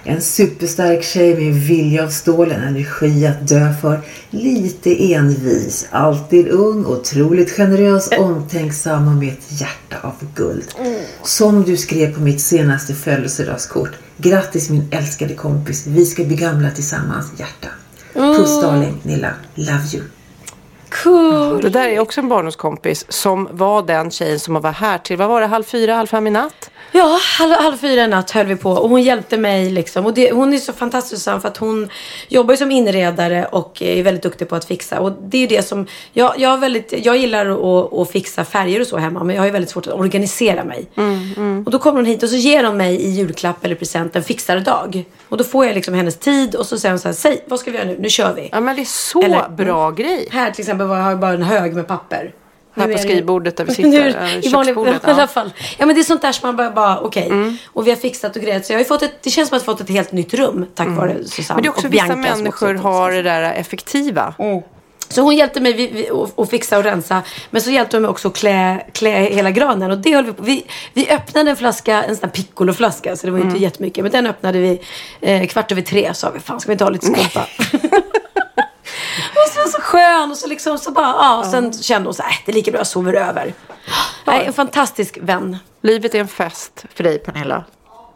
En superstark tjej med vilja av stål, en energi att dö för. Lite envis, alltid ung, otroligt generös, omtänksam och med ett hjärta av guld. Som du skrev på mitt senaste födelsedagskort. Grattis min älskade kompis, vi ska bli gamla tillsammans, hjärta. Puss darling, Nilla, love you. Cool. Det där är också en barndomskompis som var den tjejen som var här till, vad var det, halv fyra, halv fem i natt? Ja, halv, halv fyra natt höll vi på och hon hjälpte mig liksom. Och det, hon är så fantastisk för att hon jobbar ju som inredare och är väldigt duktig på att fixa. Och det är ju det som, jag, jag, väldigt, jag gillar att, att fixa färger och så hemma, men jag har ju väldigt svårt att organisera mig. Mm, mm. Och då kommer hon hit och så ger hon mig i julklapp eller present en fixardag. Och då får jag liksom hennes tid och så säger hon så här, säg, vad ska vi göra nu? Nu kör vi. Ja, men det är så eller, bra mm, grej. Här till exempel har jag bara en hög med papper. Här på skrivbordet där vi sitter, nu, i vanlig, ja. I alla fall. Ja, men det är sånt där som man bara, bara okej. Okay. Mm. Och vi har fixat och grejat. Så jag har ju fått ett, det känns som att jag har fått ett helt nytt rum tack mm. vare Susanne. Men det är också och vissa Bianca människor har det där effektiva. Mm. Så hon hjälpte mig vi, vi, att, att fixa och rensa. Men så hjälpte hon mig också att klä, klä hela granen. Och det höll vi på. Vi, vi öppnade en flaska, en sån här piccolo-flaska. Så det var ju mm. inte jättemycket. Men den öppnade vi eh, kvart över tre. Så vi, fan ska vi inte ha lite skumpa? Och så var så skön och så liksom så bara, ja, sen ja. Kände hon så här, det är lika bra jag sover över. Ja. Nej, en fantastisk vän. Livet är en fest för dig, Pernilla.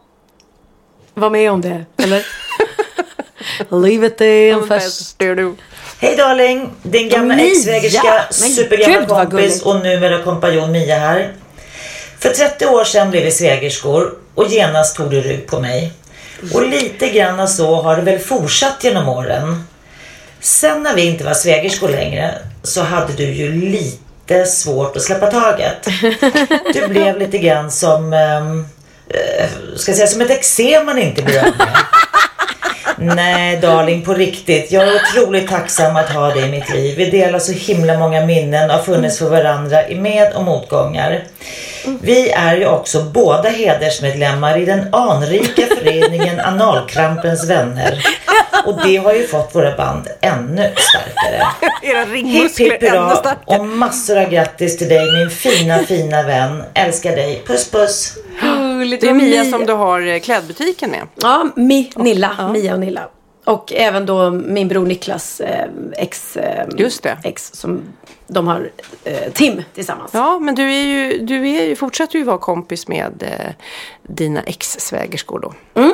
Var med om det, eller? Livet är en fest. Det är du. Hej darling, din gamla Mia. ex-svägerska, supergamla kompis och numera kompanjon Mia här. För trettio år sedan blev vi svägerskor och genast tog du rygg på mig. Och lite grann så har det väl fortsatt genom åren. Sen när vi inte var svägerskor längre så hade du ju lite svårt att släppa taget. Du blev lite grann som, äh, ska jag säga, som ett eksem man inte blir av med. Nej darling, på riktigt. Jag är otroligt tacksam att ha dig i mitt liv. Vi delar så himla många minnen och funnits för varandra i med- och motgångar. Vi är ju också båda hedersmedlemmar i den anrika föreningen Analkrampens vänner. Och det har ju fått våra band ännu starkare. Era ringmuskler ännu starkare. Och massor av grattis till dig, min fina, fina vän. Älskar dig. Puss, puss. Det är Mia som du har klädbutiken med. Ja, Mi, Nilla. Ja. Mia och Nilla. Och även då min bror Niklas eh, ex, eh, Just det. ex som de har eh, Tim tillsammans. Ja, men du är ju, du är ju, fortsätter ju vara kompis med eh, dina ex-svägerskor då. Mm.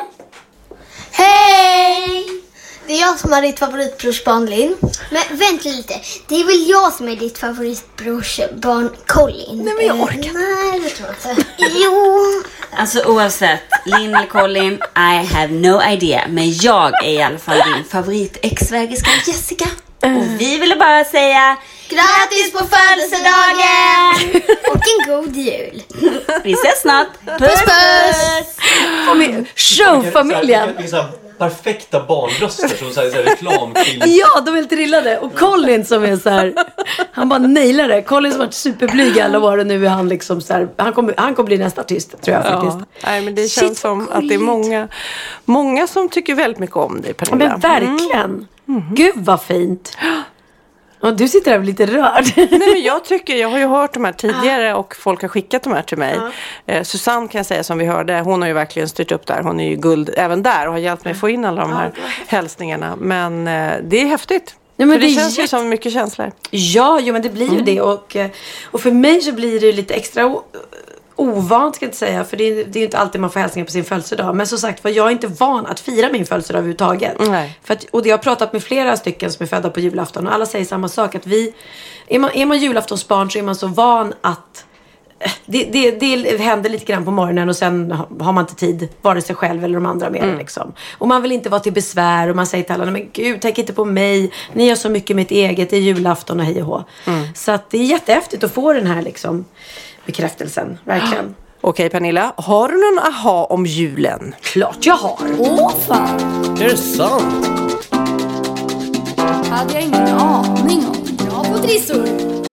Hej! Det är jag som har ditt favoritbrorsbarn Linn. Men vänta lite, det är väl jag som är ditt favoritbrorsbarn Colin? Nej, men jag orkar inte. Nej, det tror jag inte. Jo. Alltså oavsett, Linn eller Colin, I have no idea. Men jag är i alla fall din favorit-ex-svägerska Jessica. Och vi ville bara säga grattis på födelsedagen! Och en god jul. Vi ses snart. Puss puss! Familj- Showfamiljen. Perfekta barnröster som så här, så här reklamfilm. Ja, de är helt trillade. Och Colin som är så här, han bara nailar det. Colin som har varit superblyg alla år och nu är han liksom så här, han kommer han kommer bli nästa artist tror jag faktiskt. Ja, nej, men det känns Shit, som att det är många många som tycker väldigt mycket om dig, Pernilla. Men verkligen. Mm. Mm. Gud vad fint. Och du sitter där och lite rörd. Nej, men jag tycker, jag har ju hört de här tidigare och folk har skickat de här till mig. Ja. Eh, Susanne kan jag säga som vi hörde, hon har ju verkligen styrt upp där. Hon är ju guld även där och har hjälpt mig få in alla de här ja, hälsningarna. Men eh, det är häftigt. Ja, men för det, det känns jätt... ju som mycket känslor. Ja, jo, men det blir ju mm. det. Och, och för mig så blir det lite extra o- ovant ska jag inte säga. För det är, det är inte alltid man får hälsningar på sin födelsedag. Men som sagt, för jag är inte van att fira min födelsedag överhuvudtaget. Nej. För att, och jag har pratat med flera stycken som är födda på julafton. Och alla säger samma sak. Att vi, är man, är man julaftonsbarn så är man så van att Det, det, det händer lite grann på morgonen och sen har man inte tid, vare sig själv eller de andra med mm. liksom. Och man vill inte vara till besvär och man säger till alla, men gud, tänk inte på mig, ni gör så mycket med ett eget, det är julafton och hej och hå. Mm. Så att det är jättehäftigt att få den här liksom bekräftelsen, verkligen. Okej Pernilla, har du någon aha om julen? Klart jag har. Åh fan. Är det sant? Hade jag ingen aning om. Bra på trissor.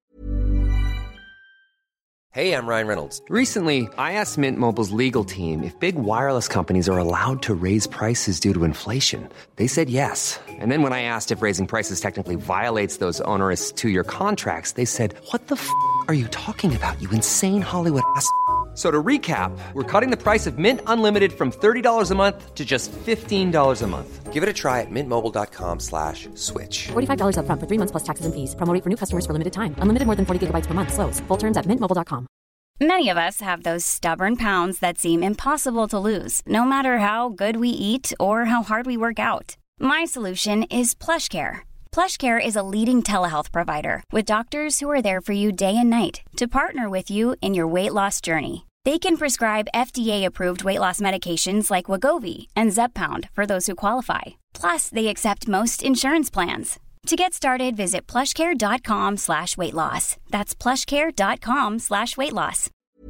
Hey, I'm Ryan Reynolds. Recently, I asked Mint Mobile's legal team if big wireless companies are allowed to raise prices due to inflation. They said yes. And then when I asked if raising prices technically violates those onerous two-year contracts, they said, what the f*** are you talking about, you insane Hollywood ass f- So to recap, we're cutting the price of Mint Unlimited from thirty dollars a month to just fifteen dollars a month. Give it a try at mintmobile.com slash switch. forty-five dollars up front for three months plus taxes and fees. Promo rate for new customers for limited time. Unlimited more than forty gigabytes per month. Slows full terms at mint mobile dot com. Many of us have those stubborn pounds that seem impossible to lose, no matter how good we eat or how hard we work out. My solution is PlushCare. PlushCare is a leading telehealth provider with doctors who are there for you day and night to partner with you in your weight loss journey. They can prescribe F D A-approved weight loss medications like Wegovy and Zepbound for those who qualify. Plus, they accept most insurance plans. To get started, visit plushcare.com slash weight loss. That's plushcare.com slash weight loss.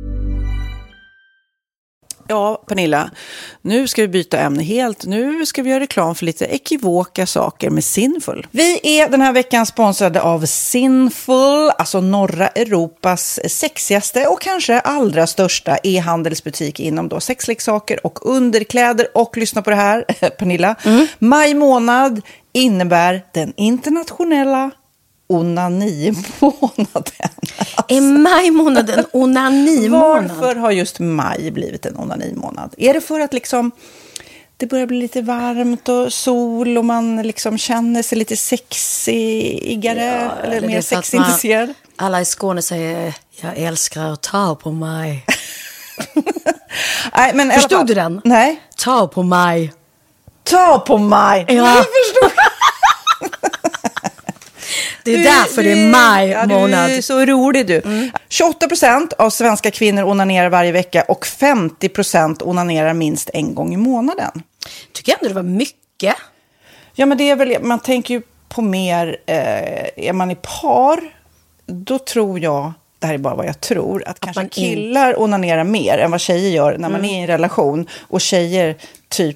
Ja, Pernilla, nu ska vi byta ämne helt. Nu ska vi göra reklam för lite ekivoka saker med Sinful. Vi är den här veckan sponsrade av Sinful, alltså norra Europas sexigaste och kanske allra största e-handelsbutik inom då sexleksaker och underkläder. Och lyssna på det här, Pernilla. Mm. Maj månad innebär den internationella onani-månaden. Är maj månaden onani-månad? Varför har just maj blivit en onani-månad? Är det för att liksom det börjar bli lite varmt och sol och man liksom känner sig lite sexigare ja, eller, eller mer sexintresserad? Alla i Skåne säger jag älskar att ta på mig. Nej, men förstod du den? Nej. Ta på mig. Ta på mig. Ja. Jag förstod. Det är du, därför det är maj ja, månad. Du är så rolig du. Mm. tjugoåtta procent av svenska kvinnor onanerar varje vecka och femtio procent onanerar minst en gång i månaden. Tycker jag ändå det var mycket. Ja, men det är väl, man tänker ju på mer, eh, är man i par, då tror jag, det här är bara vad jag tror, att, att kanske killar in... onanerar mer än vad tjejer gör när man mm. är i en relation. Och tjejer typ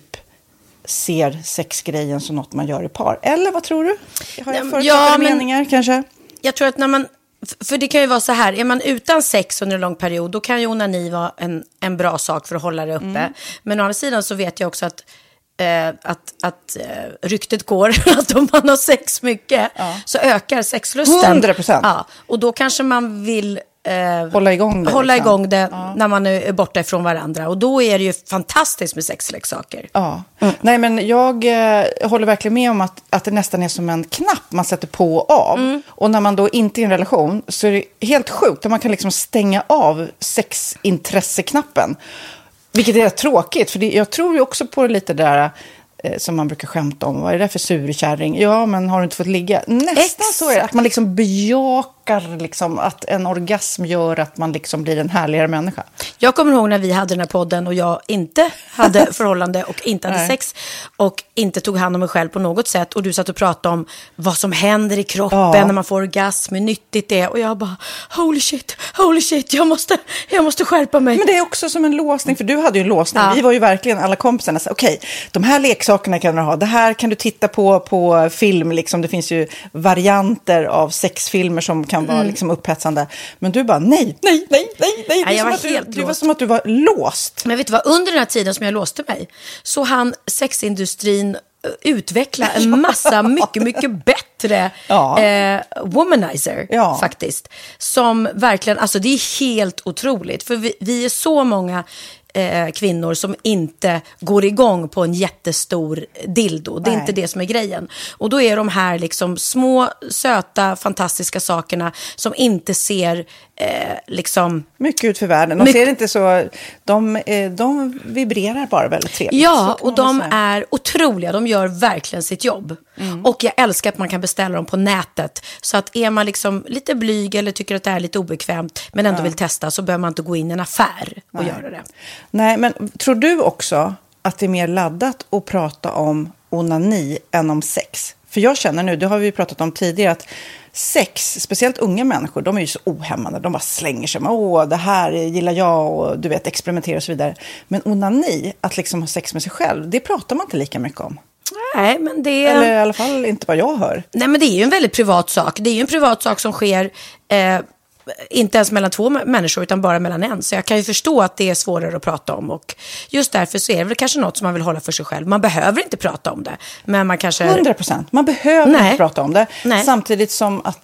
ser sexgrejen som något man gör i par. Eller vad tror du? Har jag förutsatta ja, meningar kanske? Jag tror att när man, för det kan ju vara så här, är man utan sex under en lång period, då kan ju onani vara en, en bra sak för att hålla det uppe. Mm. Men å andra sidan så vet jag också att Eh, att, att eh, ryktet går att om man har sex mycket ja. så ökar sexlusten. hundra procent. Ja, och då kanske man vill eh, hålla igång det, hålla liksom. igång det ja. när man är borta ifrån varandra. Och då är det ju fantastiskt med sexleksaker. Ja. Mm. Nej, men jag eh, håller verkligen med om att, att det nästan är som en knapp man sätter på och av. Mm. Och när man då inte är i en relation så är det helt sjukt att man kan liksom stänga av sexintresseknappen. Vilket är tråkigt, för det, jag tror ju också på lite där eh, som man brukar skämta om. Vad är det för surkärring? Ja, men har du inte fått ligga? Nästan Exakt. Så är det. Att man liksom bejakar liksom, att en orgasm gör att man liksom blir en härligare människa. Jag kommer ihåg när vi hade den här podden och jag inte hade förhållande och inte hade sex och inte tog hand om mig själv på något sätt. Och du satt och pratade om vad som händer i kroppen ja. när man får orgasm, hur nyttigt det är. Och jag bara, holy shit, holy shit, jag måste, jag måste skärpa mig. Men det är också som en låsning, för du hade ju en låsning. Ja. Vi var ju verkligen alla kompisarna. Okej, okay, de här leksakerna kan du ha. Det här kan du titta på på film. Liksom. Det finns ju varianter av sexfilmer som kan vara mm. liksom upphetsande. Men du bara, nej, nej, nej, nej, nej. Det, jag var helt du, det var som att du var låst. Men vet du vad, under den här tiden som jag låste mig så han sexindustrin utveckla en massa mycket, mycket bättre ja. eh, womanizer ja. faktiskt. Som verkligen, alltså det är helt otroligt. För vi, vi är så många eh, kvinnor som inte går igång på en jättestor dildo. Det är Nej. inte det som är grejen. Och då är de här liksom små, söta, fantastiska sakerna som inte ser eh, liksom... mycket ut för världen. De My- ser inte så... De, eh, de vibrerar bara väldigt trevligt. Ja, och de säga. är otroliga. De gör verkligen sitt jobb. Mm. Och jag älskar att man kan beställa dem på nätet. Så att är man liksom lite blyg eller tycker att det är lite obekvämt men ändå ja. vill testa, så behöver man inte gå in i en affär och Nej. göra det. Nej, men tror du också att det är mer laddat att prata om onani än om sex? För jag känner nu, det har vi pratat om tidigare, att sex, speciellt unga människor, de är ju så ohämmande. De bara slänger sig med, åh, det här gillar jag och du vet, experimentera och så vidare. Men onani, att liksom ha sex med sig själv, det pratar man inte lika mycket om. Nej, men det... Eller i alla fall inte vad jag hör. Nej, men det är ju en väldigt privat sak. Det är ju en privat sak som sker... Eh, inte ens mellan två människor utan bara mellan en. Så jag kan ju förstå att det är svårare att prata om. Och just därför så är det väl kanske något som man vill hålla för sig själv. Man behöver inte prata om det. Men man kanske... hundra procent. Man behöver Nej. inte prata om det. Nej. Samtidigt som att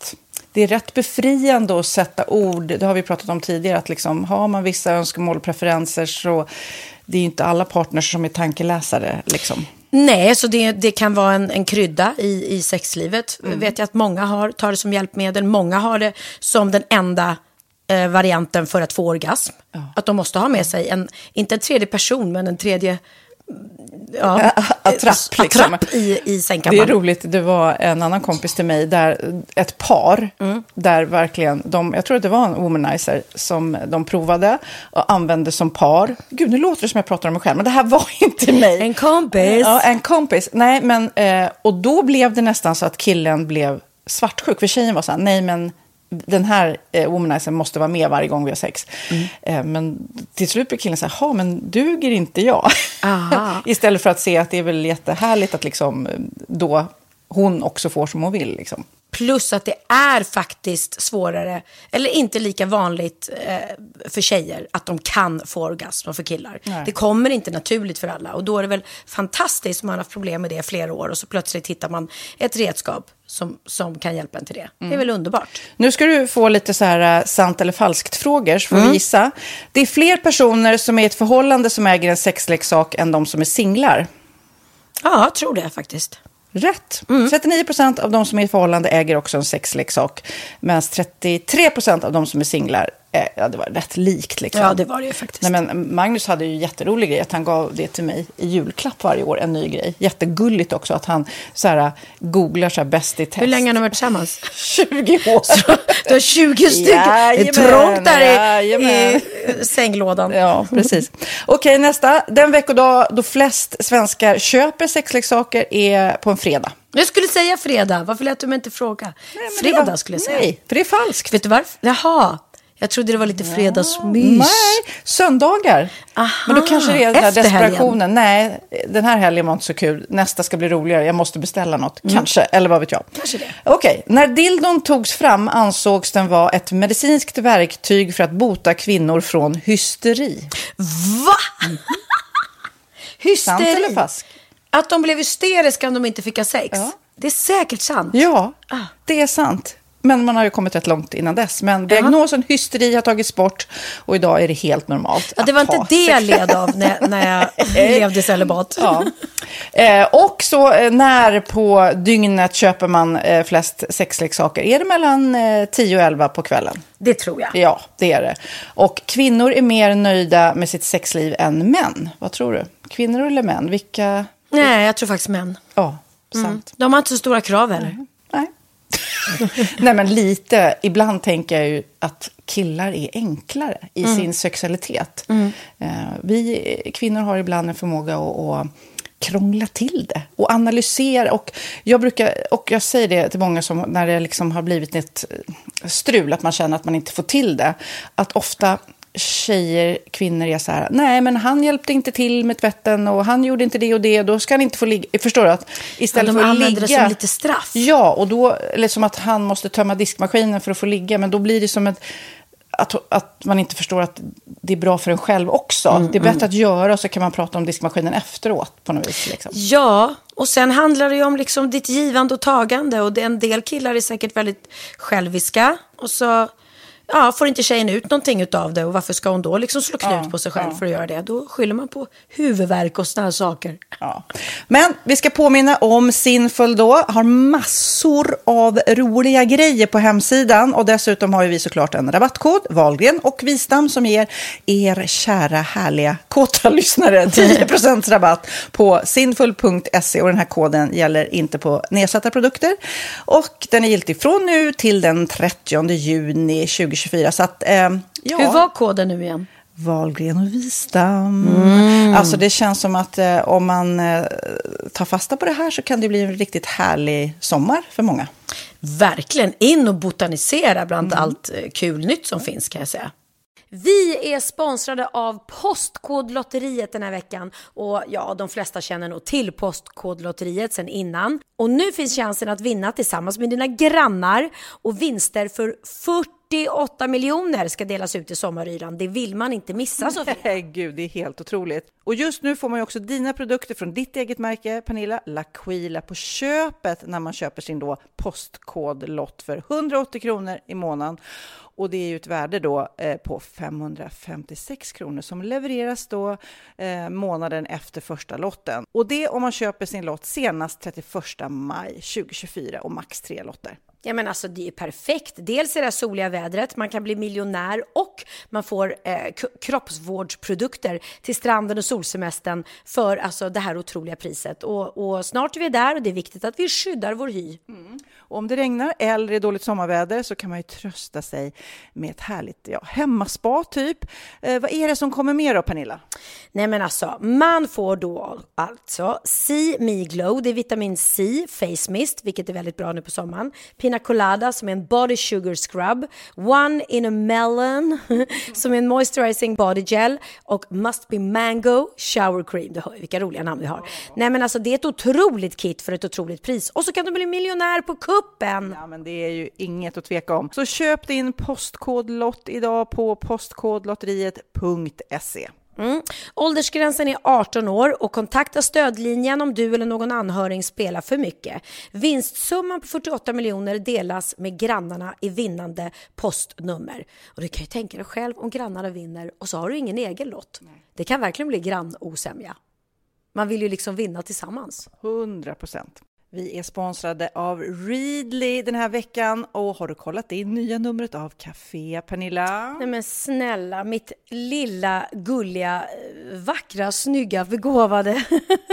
det är rätt befriande att sätta ord. Det har vi pratat om tidigare. Att liksom, har man vissa önskemål och preferenser så det är ju inte alla partners som är tankeläsare. Liksom. Nej, så det, det kan vara en, en krydda i, i sexlivet. Mm. Vet jag att många har, tar det som hjälpmedel. Många har det som den enda eh, varianten för att få orgasm. Ja. Att de måste ha med sig, en, inte en tredje person, men en tredje... Ja, attrapp, liksom. attrapp i, i sängkammaren. Det är roligt, det var en annan kompis till mig där ett par mm. där verkligen, de, jag tror att det var en womanizer som de provade och använde som par. Gud, nu låter det som jag pratar om mig själv, men det här var inte mig. En kompis. Ja, en kompis. Nej, men, eh, och då blev det nästan så att killen blev svartsjuk, för tjejen var så här, nej men den här eh, womanizern måste vara med varje gång vi har sex. Mm. Eh, men till slut blir killen så här, ja men duger inte jag? Istället för att se att det är väl jättehärligt att liksom då hon också får som hon vill liksom. Plus att det är faktiskt svårare, eller inte lika vanligt eh, för tjejer att de kan få orgasm för killar. Nej. Det kommer inte naturligt för alla. Och då är det väl fantastiskt om man har haft problem med det flera år och så plötsligt hittar man ett redskap som, som kan hjälpa en till det. Mm. Det är väl underbart. Nu ska du få lite så här sant eller falskt frågor så får mm. vi gissa. Det är fler personer som är i ett förhållande som äger en sexleksak än de som är singlar. Ja, jag tror det faktiskt. Rätt. Mm. trettionio procent av de som är i förhållande äger också en sexleksak. Medan trettiotre procent av de som är singlar, äh, ja det var rätt likt liksom. Ja, det var det ju faktiskt. Nej, men Magnus hade ju jätterolig grej att han gav det till mig i julklapp varje år, en ny grej. Jättegulligt också att han så här, googlar så här bäst i test. Hur länge har ni varit tillsammans? tjugo år. Så, du har tjugo stycken. Ja, det är trångt där i, i sänglådan. Ja, precis. Okej, nästa. Den veckodag då flest svenskar köper sexleksaker är på en fredag. Jag skulle säga fredag. Varför lät du mig inte fråga? Nej, fredag var, skulle jag säga. Nej, för det är falskt. Vet du varför? Jaha. Jag trodde det var lite fredagsmys. Nej, söndagar. Aha, men då kanske det är den här desperationen. Helgen. Nej, den här helgen var inte så kul. Nästa ska bli roligare. Jag måste beställa något. Mm. Kanske, eller vad vet jag. Kanske det. Okej, när dildon togs fram ansågs den vara ett medicinskt verktyg för att bota kvinnor från hysteri. Va? Mm. Hysteri? Sant eller falskt? Att de blev hysteriska om de inte fick ha sex. Ja. Det är säkert sant. Ja, ah. det är sant. Men man har ju kommit rätt långt innan dess. Men diagnosen hysteri har tagits bort och idag är det helt normalt. Ja, det var inte det jag led av när, när jag levde celibat. Ja. Eh, och så eh, när på dygnet köper man eh, flest sexleksaker? Är det mellan eh, tio och elva på kvällen? Det tror jag. Ja, det är det. Och kvinnor är mer nöjda med sitt sexliv än män. Vad tror du? Kvinnor eller män? Vilka... Nej, jag tror faktiskt män. Ja, sant. Mm. De har inte så stora krav heller. Mm. Nej. Nej, men lite. Ibland tänker jag ju att killar är enklare i mm. sin sexualitet. Mm. Uh, vi kvinnor har ibland en förmåga att, att krångla till det och analysera. Och jag brukar, och jag säger det till många som när det liksom har blivit ett strul, att man känner att man inte får till det. Att ofta tjejer, kvinnor är så här, nej men han hjälpte inte till med tvätten och han gjorde inte det och det, då ska han inte få ligga. Förstår du? Att istället ja, de för att ligga. använder det som lite straff. Ja, och då eller som att han måste tömma diskmaskinen för att få ligga, men då blir det som ett Att, att man inte förstår att det är bra för en själv också. Mm, det är bättre mm. att göra, och så kan man prata om diskmaskinen efteråt på något vis. Liksom. Ja, och sen handlar det ju om liksom ditt givande och tagande. Och en del killar är säkert väldigt själviska. Och så ja, får inte tjejen ut någonting utav det. Och varför ska hon då liksom slå knut ja, på sig själv ja. för att göra det? Då skyller man på huvudvärk och sådana saker. Ja. Men vi ska påminna om Sinful då. Har massor av roliga grejer på hemsidan. Och dessutom har vi såklart en rabattkod, Wahlgren och Wistam, som ger er kära, härliga, kåta lyssnare tio procent rabatt på sinful punkt se. Och den här koden gäller inte på nedsatta produkter. Och den är giltig från nu till den trettionde juni tjugohundratjugofyra. Så att, eh, ja. Hur var koden nu igen? Wahlgren och Wistam. Mm. Alltså det känns som att eh, om man eh, tar fasta på det här så kan det bli en riktigt härlig sommar för många. Verkligen, in och botanisera bland mm. allt eh, kul nytt som finns, kan jag säga. Vi är sponsrade av Postkodlotteriet den här veckan. Och ja, de flesta känner nog till Postkodlotteriet sedan innan. Och nu finns chansen att vinna tillsammans med dina grannar. Och vinster för fyrtioåtta miljoner ska delas ut i sommaryran. Det vill man inte missa, Sofia. Nej, gud, det är helt otroligt. Och just nu får man ju också dina produkter från ditt eget märke, Pernilla, L'Aquila, på köpet när man köper sin då postkodlott för hundraåttio kronor i månaden. Och det är ju ett värde då eh, på femhundrafemtiosex kronor som levereras då eh, månaden efter första lotten. Och det om man köper sin lott senast trettioförsta maj tjugohundratjugofyra och max tre lotter. Ja, men alltså det är perfekt. Dels är det soliga vädret, man kan bli miljonär och man får eh, k- kroppsvårdsprodukter till stranden och solsemestern för alltså det här otroliga priset. Och, och snart är vi där och det är viktigt att vi skyddar vår hy. Mm. Och om det regnar eller är dåligt sommarväder så kan man ju trösta sig med ett härligt ja, hemmaspa typ. Eh, vad är det som kommer med då, Pernilla? Nej, men alltså, man får då alltså See Me Glow, det är vitamin C, face mist, vilket är väldigt bra nu på sommaren. Pina Colada som är en body sugar scrub, One in a Melon som är en moisturizing body gel och Must Be Mango shower cream. Du hör vilka roliga namn vi har. Nej, men alltså det är ett otroligt kit för ett otroligt pris. Och så kan du bli miljonär på kuppen. Ja, men det är ju inget att tveka om. Så köp din postkodlott idag på postkodlotteriet punkt se. Mm. Åldersgränsen är arton år och kontakta stödlinjen om du eller någon anhörig spelar för mycket. Vinstsumman på fyrtioåtta miljoner delas med grannarna i vinnande postnummer. Och du kan ju tänka dig själv om grannarna vinner och så har du ingen egen lott. Nej. Det kan verkligen bli grannosämja. Man vill ju liksom vinna tillsammans. hundra procent. Vi är sponsrade av Readly den här veckan. Och har du kollat in nya numret av Café, Pernilla? Nej men snälla, mitt lilla, gulliga, vackra, snygga, begåvade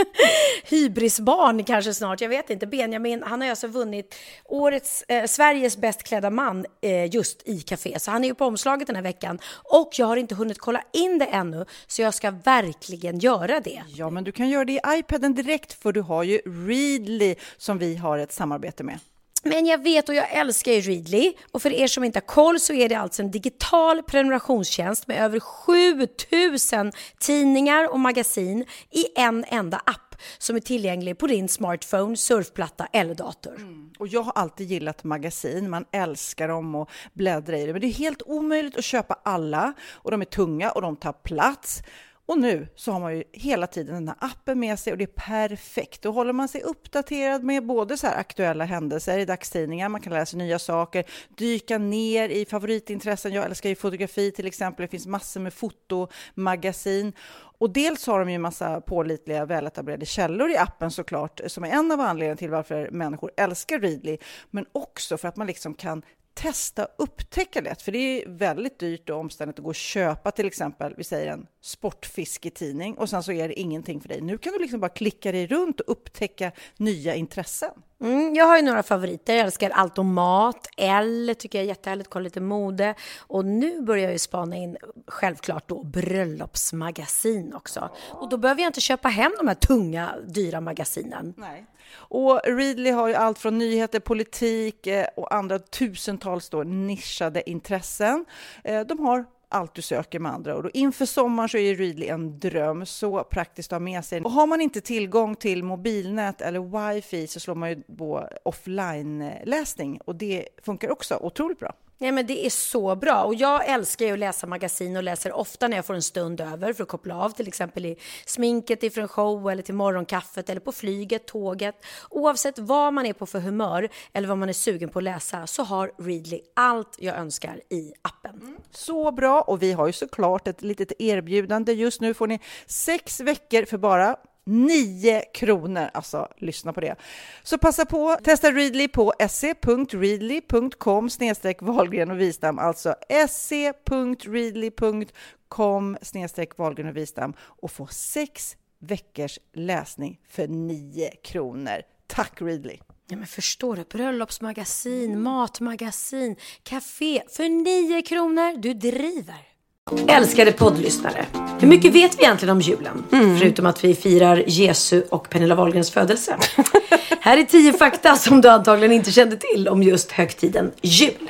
hybrisbarn kanske snart. Jag vet inte, Benjamin, han har alltså vunnit årets, eh, Sveriges bäst klädda man eh, just i Café. Så han är ju på omslaget den här veckan. Och jag har inte hunnit kolla in det ännu, så jag ska verkligen göra det. Ja, men du kan göra det i iPaden direkt, för du har ju Readly som vi har ett samarbete med. Men jag vet och jag älskar ju Readly. Och för er som inte har koll så är det alltså en digital prenumerationstjänst med över sjutusen tidningar och magasin i en enda app som är tillgänglig på din smartphone, surfplatta eller dator. Mm. Och jag har alltid gillat magasin. Man älskar dem och bläddra i det. Men det är helt omöjligt att köpa alla. Och de är tunga och de tar plats. Och nu så har man ju hela tiden den här appen med sig och det är perfekt. Då håller man sig uppdaterad med både så här aktuella händelser i dagstidningar. Man kan läsa nya saker, dyka ner i favoritintressen. Jag älskar ju fotografi till exempel. Det finns massor med fotomagasin. Och dels har de ju massa pålitliga, väletablerade källor i appen såklart. Som är en av anledningarna till varför människor älskar Readly. Men också för att man liksom kan testa, upptäcka lätt. För det är väldigt dyrt och omständigt att gå och köpa till exempel, vi säger en sportfisketidning och sen så är det ingenting för dig. Nu kan du liksom bara klicka dig runt och upptäcka nya intressen. Mm, jag har ju några favoriter. Jag älskar allt om mat. L tycker jag är jättehärligt. Kolla lite mode. Och nu börjar jag ju spana in självklart då bröllopsmagasin också. Och då behöver jag inte köpa hem de här tunga, dyra magasinen. Nej. Och Readly har ju allt från nyheter, politik och andra tusentals då nischade intressen. De har allt du söker med andra. Och inför sommaren så är Readly en dröm, så praktiskt att ha med sig. Och har man inte tillgång till mobilnät eller wifi så slår man ju på offline-läsning. Och det funkar också otroligt bra. Nej, men det är så bra. Och jag älskar ju att läsa magasin och läser ofta när jag får en stund över för att koppla av. Till exempel i sminket ifrån show eller till morgonkaffet eller på flyget, tåget. Oavsett vad man är på för humör eller vad man är sugen på att läsa så har Readly allt jag önskar i appen. Mm. Så bra, och vi har ju såklart ett litet erbjudande. Just nu får ni sex veckor för bara nio kronor, alltså lyssna på det. Så passa på, testa Readly på se punkt readly punkt com snedstreck Wahlgren och Wistam, alltså se punkt readly punkt com snedstreck Wahlgren och Wistam och få sex veckors läsning för nio kronor. Tack Readly! Ja, men förstår du, bröllopsmagasin, matmagasin, café för nio kronor, du driver. Älskade poddlyssnare, hur mycket vet vi egentligen om julen? Mm. Förutom att vi firar Jesu och Pernilla Wahlgrens födelse. Här är tio fakta som du antagligen inte kände till om just högtiden jul.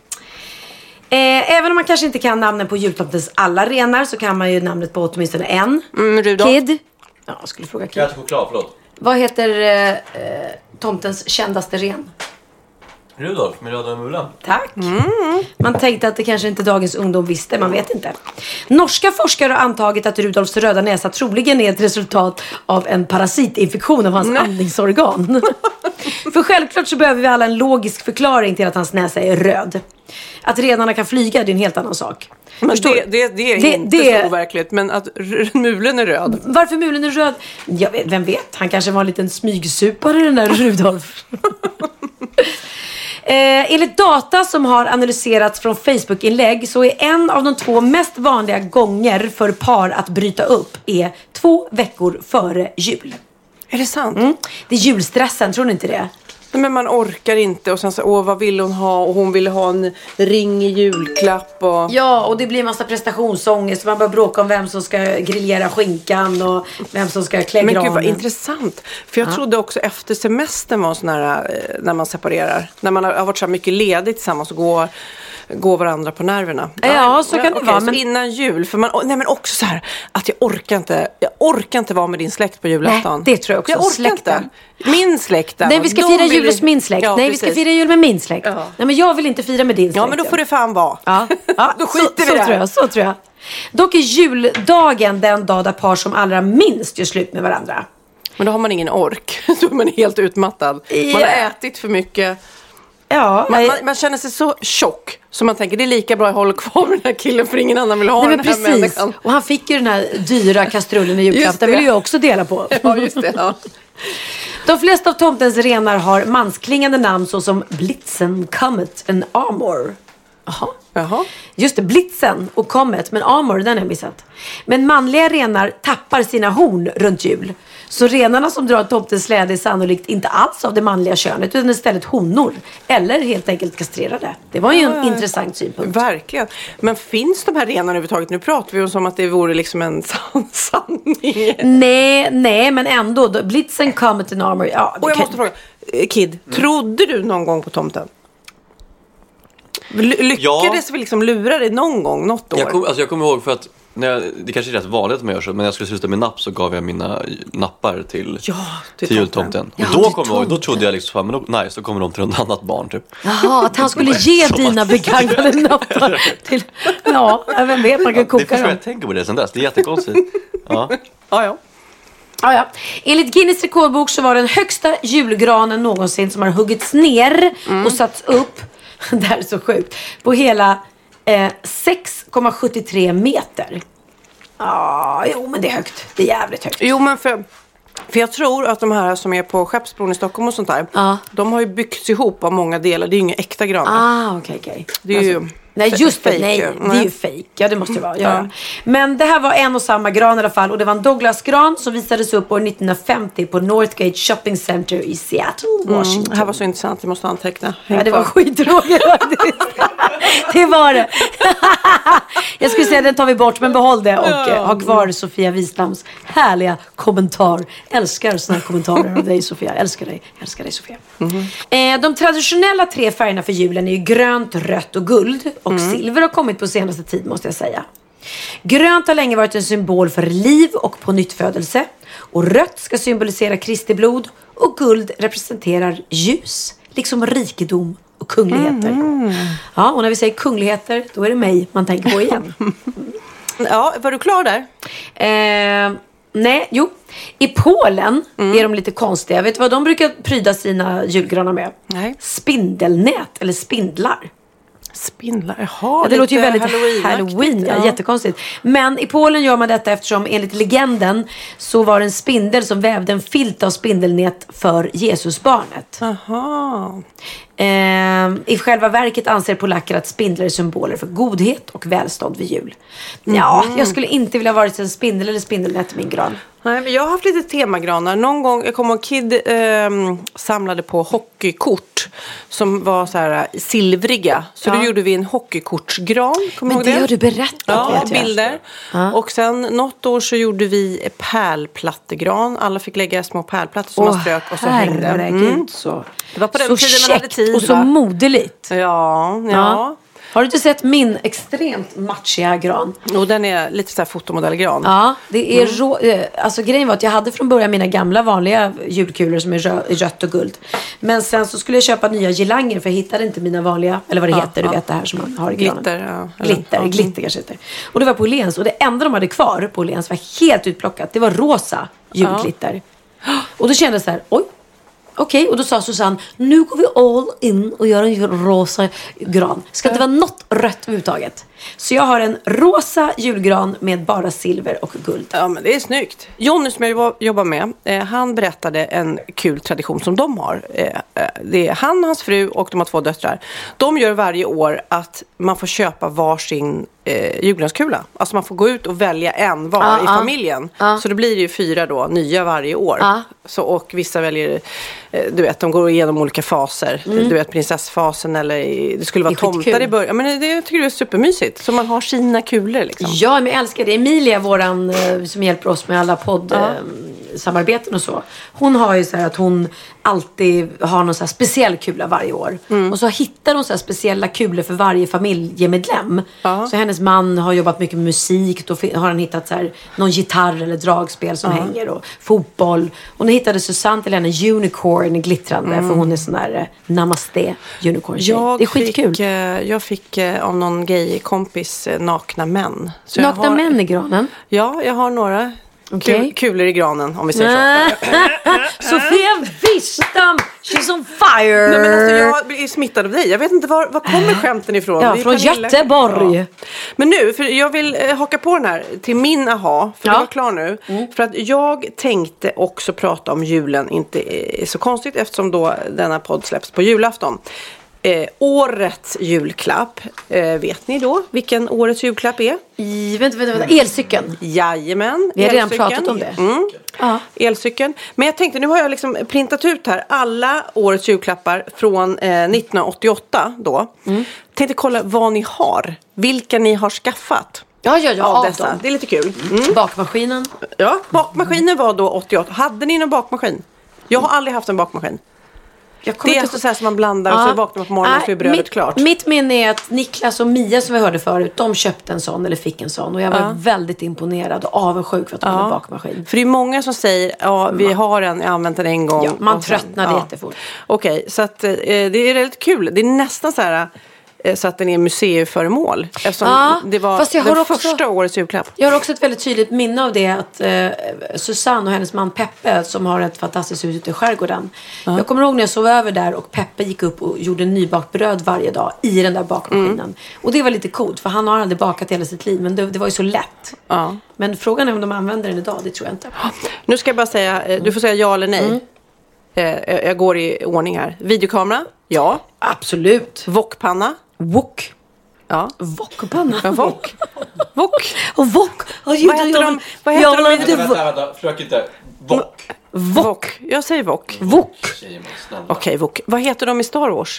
Eh, även om man kanske inte kan namnen på jultomtens alla renar så kan man ju namnet på åtminstone en. Mm, Rudolf. Kid. Ja, jag skulle fråga Kid. Kanske choklad, förlåt. Vad heter eh, tomtens kändaste ren? Rudolf med röda mulen. Tack. Mm. Man tänkte att det kanske inte dagens ungdom visste, man vet inte. Norska forskare har antagit att Rudolfs röda näsa troligen är ett resultat av en parasitinfektion av hans Nej. andningsorgan. För självklart så behöver vi alla en logisk förklaring till att hans näsa är röd. Att renarna kan flyga, det är en helt annan sak. Men det, det, det är det, inte det, så overkligt, men att mulen är röd. Varför mulen är röd? Ja, vem vet, han kanske var en liten smygsupare, den där Rudolf. Eh, enligt data som har analyserats från Facebook-inlägg så är en av de två mest vanliga gånger för par att bryta upp är två veckor före jul. Är det sant? Mm. Det är julstressen, tror ni inte det? Men man orkar inte och sen så, åh vad vill hon ha? Och hon ville ha en ring i julklapp och... Ja, och det blir en massa prestationsångest. Så man börjar bråka om vem som ska grillera skinkan och vem som ska klä granen. Men gud vad intressant. För jag ja. trodde också efter semestern var sån här, när man separerar. När man har varit så mycket ledigt tillsammans och går... gå varandra på nerverna. Ja, ja så kan ja, det okay, vara. Men... innan jul, för man, nej men också så här att jag orkar inte, jag orkar inte vara med din släkt på julafton. Nej, det tror jag också. Jag orkar Släkten. inte. Min släkt. Nej, vi ska de fira vill... jul hos min släkt. Ja, nej, precis. vi ska fira jul med min släkt. Ja. Nej, men jag vill inte fira med din släkt. Ja, men då får det fan vara. Ja, ja då skiter så, vi så tror jag, så tror jag. Dock är juldagen den dag där par som allra minst gör slut med varandra. Men då har man ingen ork. Då är man helt utmattad. Yeah. Man har ätit för mycket. Ja, man, man, man känner sig så tjock. Så man tänker, det är lika bra att hålla kvar med den här killen för ingen annan vill ha. Nej, men den här precis. Människan. Och han fick ju den här dyra kastrullen i julklapp. Den vill jag också dela på. Ja, just det. Ja. De flesta av tomtens renar har mansklingande namn såsom Blitzen, Comet and Amor. Jaha. Jaha. Just det, Blitzen och Comet, men Amor, den har jag missat. Men manliga renar tappar sina horn runt jul. Så renarna som drar tomtens släde är sannolikt inte alls av det manliga könet utan istället honor. Eller helt enkelt kastrerade. Det var ju en ja, intressant synpunkt. Verkligen. Men finns de här renarna överhuvudtaget? Nu pratar vi om att det vore liksom en san- sanning. Nej, nej, men ändå. Blitzen, Comet and Amor. Ja, och jag kan... måste fråga, Kid, mm. trodde du någon gång på tomten? L- lyckades ja. vi liksom lura dig någon gång, något år? Jag, kom, alltså jag kommer ihåg för att när jag, det kanske är rätt vanligt att man gör så, men när jag skulle sluta med napp så gav jag mina nappar till, ja, till, till jultomten. Ja, och då, kom jag, då trodde jag liksom, men då, nice, då kommer de till något annat barn typ. Jaha, att han skulle ge dina begagnade nappar till, ja, vem vet, man kan koka det dem. Jag tänker på det sen dess, det är jättekonstigt. Ja, ja, ja. Ah, ja. Enligt Guinness rekordbok så var den högsta julgranen någonsin som har huggits ner mm. och satts upp, det här är så sjukt, på hela eh, sex komma sjuttiotre meter. Ja, ah, jo men det är högt, det är jävligt högt. Jo men för, för jag tror att de här som är på Skeppsbron i Stockholm och sånt där, ah. de har ju byggts ihop av många delar, det är ju inga äkta granar. Ah, okej, okay, okej. Okay. Det är alltså, ju... Nej, just det, nej, det är ju fake. Ja, det måste det vara. Ja. Men det här var en och samma gran i alla fall. Och det var en Douglas-gran som visades upp år nittonhundrafemtio på Northgate Shopping Center i Seattle, Washington. Mm, det här var så intressant, jag måste anteckna. Häng ja, det var skittråkigt faktiskt. Det var det. Jag skulle säga den tar vi bort, men behåll det. Och ja. ha kvar Sofia Wislams härliga kommentar. Älskar såna här kommentarer av dig, Sofia. Älskar dig, älskar dig, Sofia. Mm-hmm. Eh, de traditionella tre färgerna för julen är ju grönt, rött och guld. Och mm. silver har kommit på senaste tid, måste jag säga. Grönt har länge varit en symbol för liv och på nyttfödelse. Och rött ska symbolisera Kristi blod. Och guld representerar ljus, liksom rikedom och kungligheter. Mm. Ja, och när vi säger kungligheter, då är det mig man tänker på igen. Mm. Ja, var du klar där? Eh, nej, jo. I Polen mm. är de lite konstiga. Vet du vad de brukar pryda sina julgranar med? Nej. Spindelnät eller spindlar. Spindlar, jaha. Ja, det låter ju väldigt Halloween, Halloween ja, ja. Jättekonstigt. Men i Polen gör man detta eftersom enligt legenden så var det en spindel som vävde en filt av spindelnät för Jesusbarnet. Jaha. Eh, I själva verket anser polacker att spindlar är symboler för godhet och välstånd vid jul. Mm. Ja, jag skulle inte vilja vara en spindel eller spindelnät i min gran. Nej, men jag har haft lite temagranar. Någon gång, jag kommer ihåg, Kid eh, samlade på hockeykort som var så här silvriga. Så ja. Då gjorde vi en hockeykortsgran. Men det, det har du berättat. Ja, bilder. Ja. Och sen något år så gjorde vi pärlplattegran. Alla fick lägga små pärlplattor som man strök och så hängde. Mm. Så, det var på den så tiden man hade tid. Och så va? moderligt. Ja, ja. ja. Har du inte sett min extremt matchiga gran? Och den är lite så här fotomodellgran. Ja, det är Mm. rå, eh, alltså grejen var att jag hade från början mina gamla vanliga julkulor som är rö, rött och guld. Men sen så skulle jag köpa nya girlanger för jag hittade inte mina vanliga, eller vad det Ja, heter, du ja. vet det här som man har i granen. Glitter, ja. Eller- Glitter, ja. glitter kanske heter. Och det var på Åhléns och det enda de hade kvar på Åhléns var helt utplockat. Det var rosa julglitter. Och då kände jag så här, oj. Okej, okay, och då sa Susanne, nu går vi all in och gör en rosa gran. Ska det vara något rött överhuvudtaget? Så jag har en rosa julgran med bara silver och guld. Ja, men det är snyggt. Jonny som jag jobbar med, eh, han berättade en kul tradition som de har. Eh, eh, det är han, hans fru och de har två döttrar. De gör varje år att man får köpa varsin eh, julgranskula. Alltså man får gå ut och välja en var Ah, i ah. familjen. Ah. Så det blir ju fyra då, nya varje år. Ah. Så, och vissa väljer, eh, du vet, de går igenom olika faser. Mm. Du vet, prinsessfasen eller i, det skulle vara Det är tomtar skitkul. i början. Men det jag tycker jag är supermysigt. Så man har sina kulor liksom. Ja, men jag älskar det. Emilia, våran, eh, som hjälper oss med alla poddsamarbeten Ja. och så. Hon har ju så här att hon alltid har någon så här speciell kula varje år. Och så hittar hon så här speciella kulor för varje familjemedlem. Så hennes man har jobbat mycket med musik. Då fi- har han hittat så här någon gitarr eller dragspel som Ja. hänger. Och fotboll. Och nu hittade Susanne till henne unicorn glittrande. Mm. För hon är sån där eh, namaste unicorn tjej. Jag Det är skitkul. Fick, eh, jag fick eh, av någon gay-kompis eh, nakna män. Så jag Nakna har, män i granen? Ja, jag har några Okej. kul, kulor i granen om vi säger så. Sofia Wistam, she's on fire. Nej, men alltså, jag är smittad av dig. Jag vet inte var, var kommer skämten ifrån. Ja, Det är från Pernilla. Göteborg. Ja. Men nu, för jag vill eh, haka på den här till min aha. För Ja. det var klar nu. För att jag tänkte också prata om julen. Inte är så konstigt eftersom då denna podd släpps på julafton. Eh, årets julklapp. Eh, vet ni då vilken årets julklapp är? I, vänta, vänta, vänta. Elcykeln. Jajamän. Vi har redan elcykeln. pratat om det. Mm. Ja. Elcykeln. Men jag tänkte, nu har jag liksom printat ut här alla årets julklappar från eh, nittonhundraåttioåtta då. Mm. Tänkte kolla vad ni har. Vilka ni har skaffat. Ja, ja, ja. Av av dessa. dem. Det är lite kul. Mm. Bakmaskinen. Ja, bakmaskinen var då åttioåtta. Hade ni någon bakmaskin? Jag har aldrig haft en bakmaskin. Jag Det kommer är inte- alltså så här som man blandar och så vaknar man på morgonen och så är brödet mitt, klart. Mitt minne är att Niklas och Mia som vi hörde förut, de köpte en sån eller fick en sån. Och jag var Ja. väldigt imponerad och avundsjuk för att de hade en bakmaskin. För det är många som säger, ja vi har en, jag har använt den en gång. Ja, man och sen- tröttnade jättefort. Okej, så att, eh, det är väldigt kul. Det är nästan så här eh, så att den är museiföremål. Eftersom Ja, det var fast jag den har också- första årets julklapp. Jag har också ett väldigt tydligt minne av det att eh, Susanne och hennes man Peppe som har ett fantastiskt hus ute i skärgården. Jag kommer ihåg när jag sov över där och Peppe gick upp och gjorde nybakt bröd varje dag i den där bakmaskinen. Mm. Och det var lite coolt för han har aldrig bakat hela sitt liv men det, det var ju så lätt. Ja. Men frågan är om de använder den idag, det tror jag inte. Nu ska jag bara säga, eh, du får säga ja eller nej. Eh, Jag går i ordning här. Videokamera? Ja. Absolut. Wokpanna? Wok. Ja. Wokpanna? Ja, wok. Wok. Och wok. Vad heter de? Vad heter de? Vänta, vänta, vänta. Försök inte. Wok. Wok. Jag säger wok. Wok. Okej, wok. Vad heter de i Star Wars?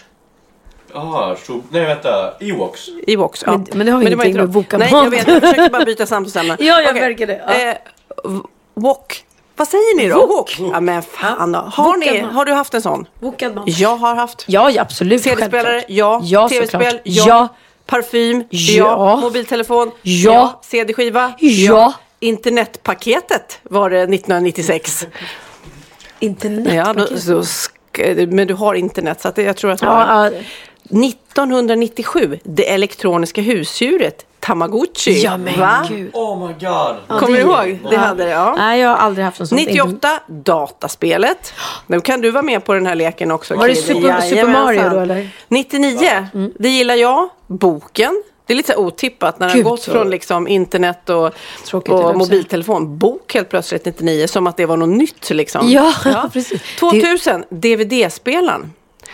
Ah, så, nej vänta. Ewoks. Ewoks, ja. Men- men det har ju var ingenting inte med de. woka Nej, mat. jag vet. Jag försökte bara byta samtalsämne. Ja, jag Okej. märker det. Ja. Eh, v- wok. Vad säger ni då? Wok. Wok. Ja, men fan då. Har, ni, Wokad mat. har du haft en sån? Wokad mat. Jag har haft. Ja, ja, absolut. C D-spelare? självklart. Ja. Ja, T V-spel? såklart. Ja. Ja. Parfym? Ja. Mobiltelefon? Ja. C D-skiva? Ja. Internetpaketet var det nittonhundranittiosex. Internetpaket. Ja, då, så sk- men du har internet så att det, jag tror att det var Ja, ja. nittonhundranittiosju, det elektroniska husdjuret Tamagotchi. Ja, men Va? gud. Oh my god. Ja, Kommer det- du ihåg? Det Ja. hade det, ja. Nej, jag har aldrig haft en sån. nittioåtta, dataspelet. Nu kan du vara med på den här leken också. Var det Kid. Super, Super Jajamensan. Mario då eller? nittionio, det gillar jag. Boken. Det är lite så otippat när det har Gud, gått så- från liksom internet och, Tråkigt, höll jag och på att säga. mobiltelefon. Bok helt plötsligt nittionio, som att det var något nytt liksom. Ja, precis. tvåtusen, D V D-spelaren.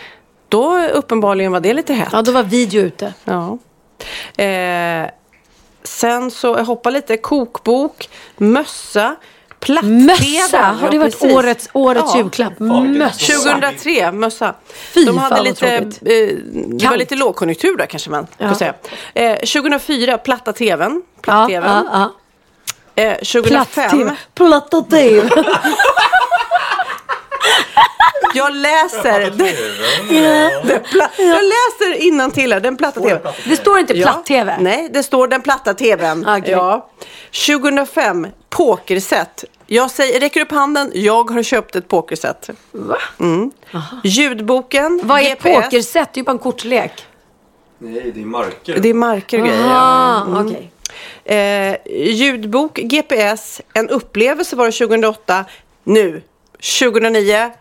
Då uppenbarligen var det lite hett. Ja, då var video ute. Ja. Eh, sen så, jag hoppar lite, kokbok, mössa, platt-tv. Mössa! Har det varit precis. årets, årets Ja. julklapp? Mössa. tjugohundratre, mössa. Fy De hade fan, vad lite, eh, tråkigt. det var Kallt. lite lågkonjunktur där kanske man Ja. får säga. Eh, tjugohundrafyra, platta tvn. Ja, Platt-tvn. ja, ja. Eh, tjugohundrafem. Platt-tv. Platta-tv. Jag läser. Den pla- jag läser innantill här, den platta tvn. Det står inte platt-tv. Ja, nej, det står den platta tvn. Okay. Ja. tjugohundrafem, pokerset. Jag säger, räcker upp handen, jag har köpt ett pokerset. Va? Mm. Ljudboken. Vad är G P S. pokerset? Det är ju bara en kortlek. Nej, det är marker. Det är marker och grejer. Ah, Mm. okay. Eh, ljudbok, G P S, en upplevelse var det tjugohundraåtta. Nu, tjugohundranio,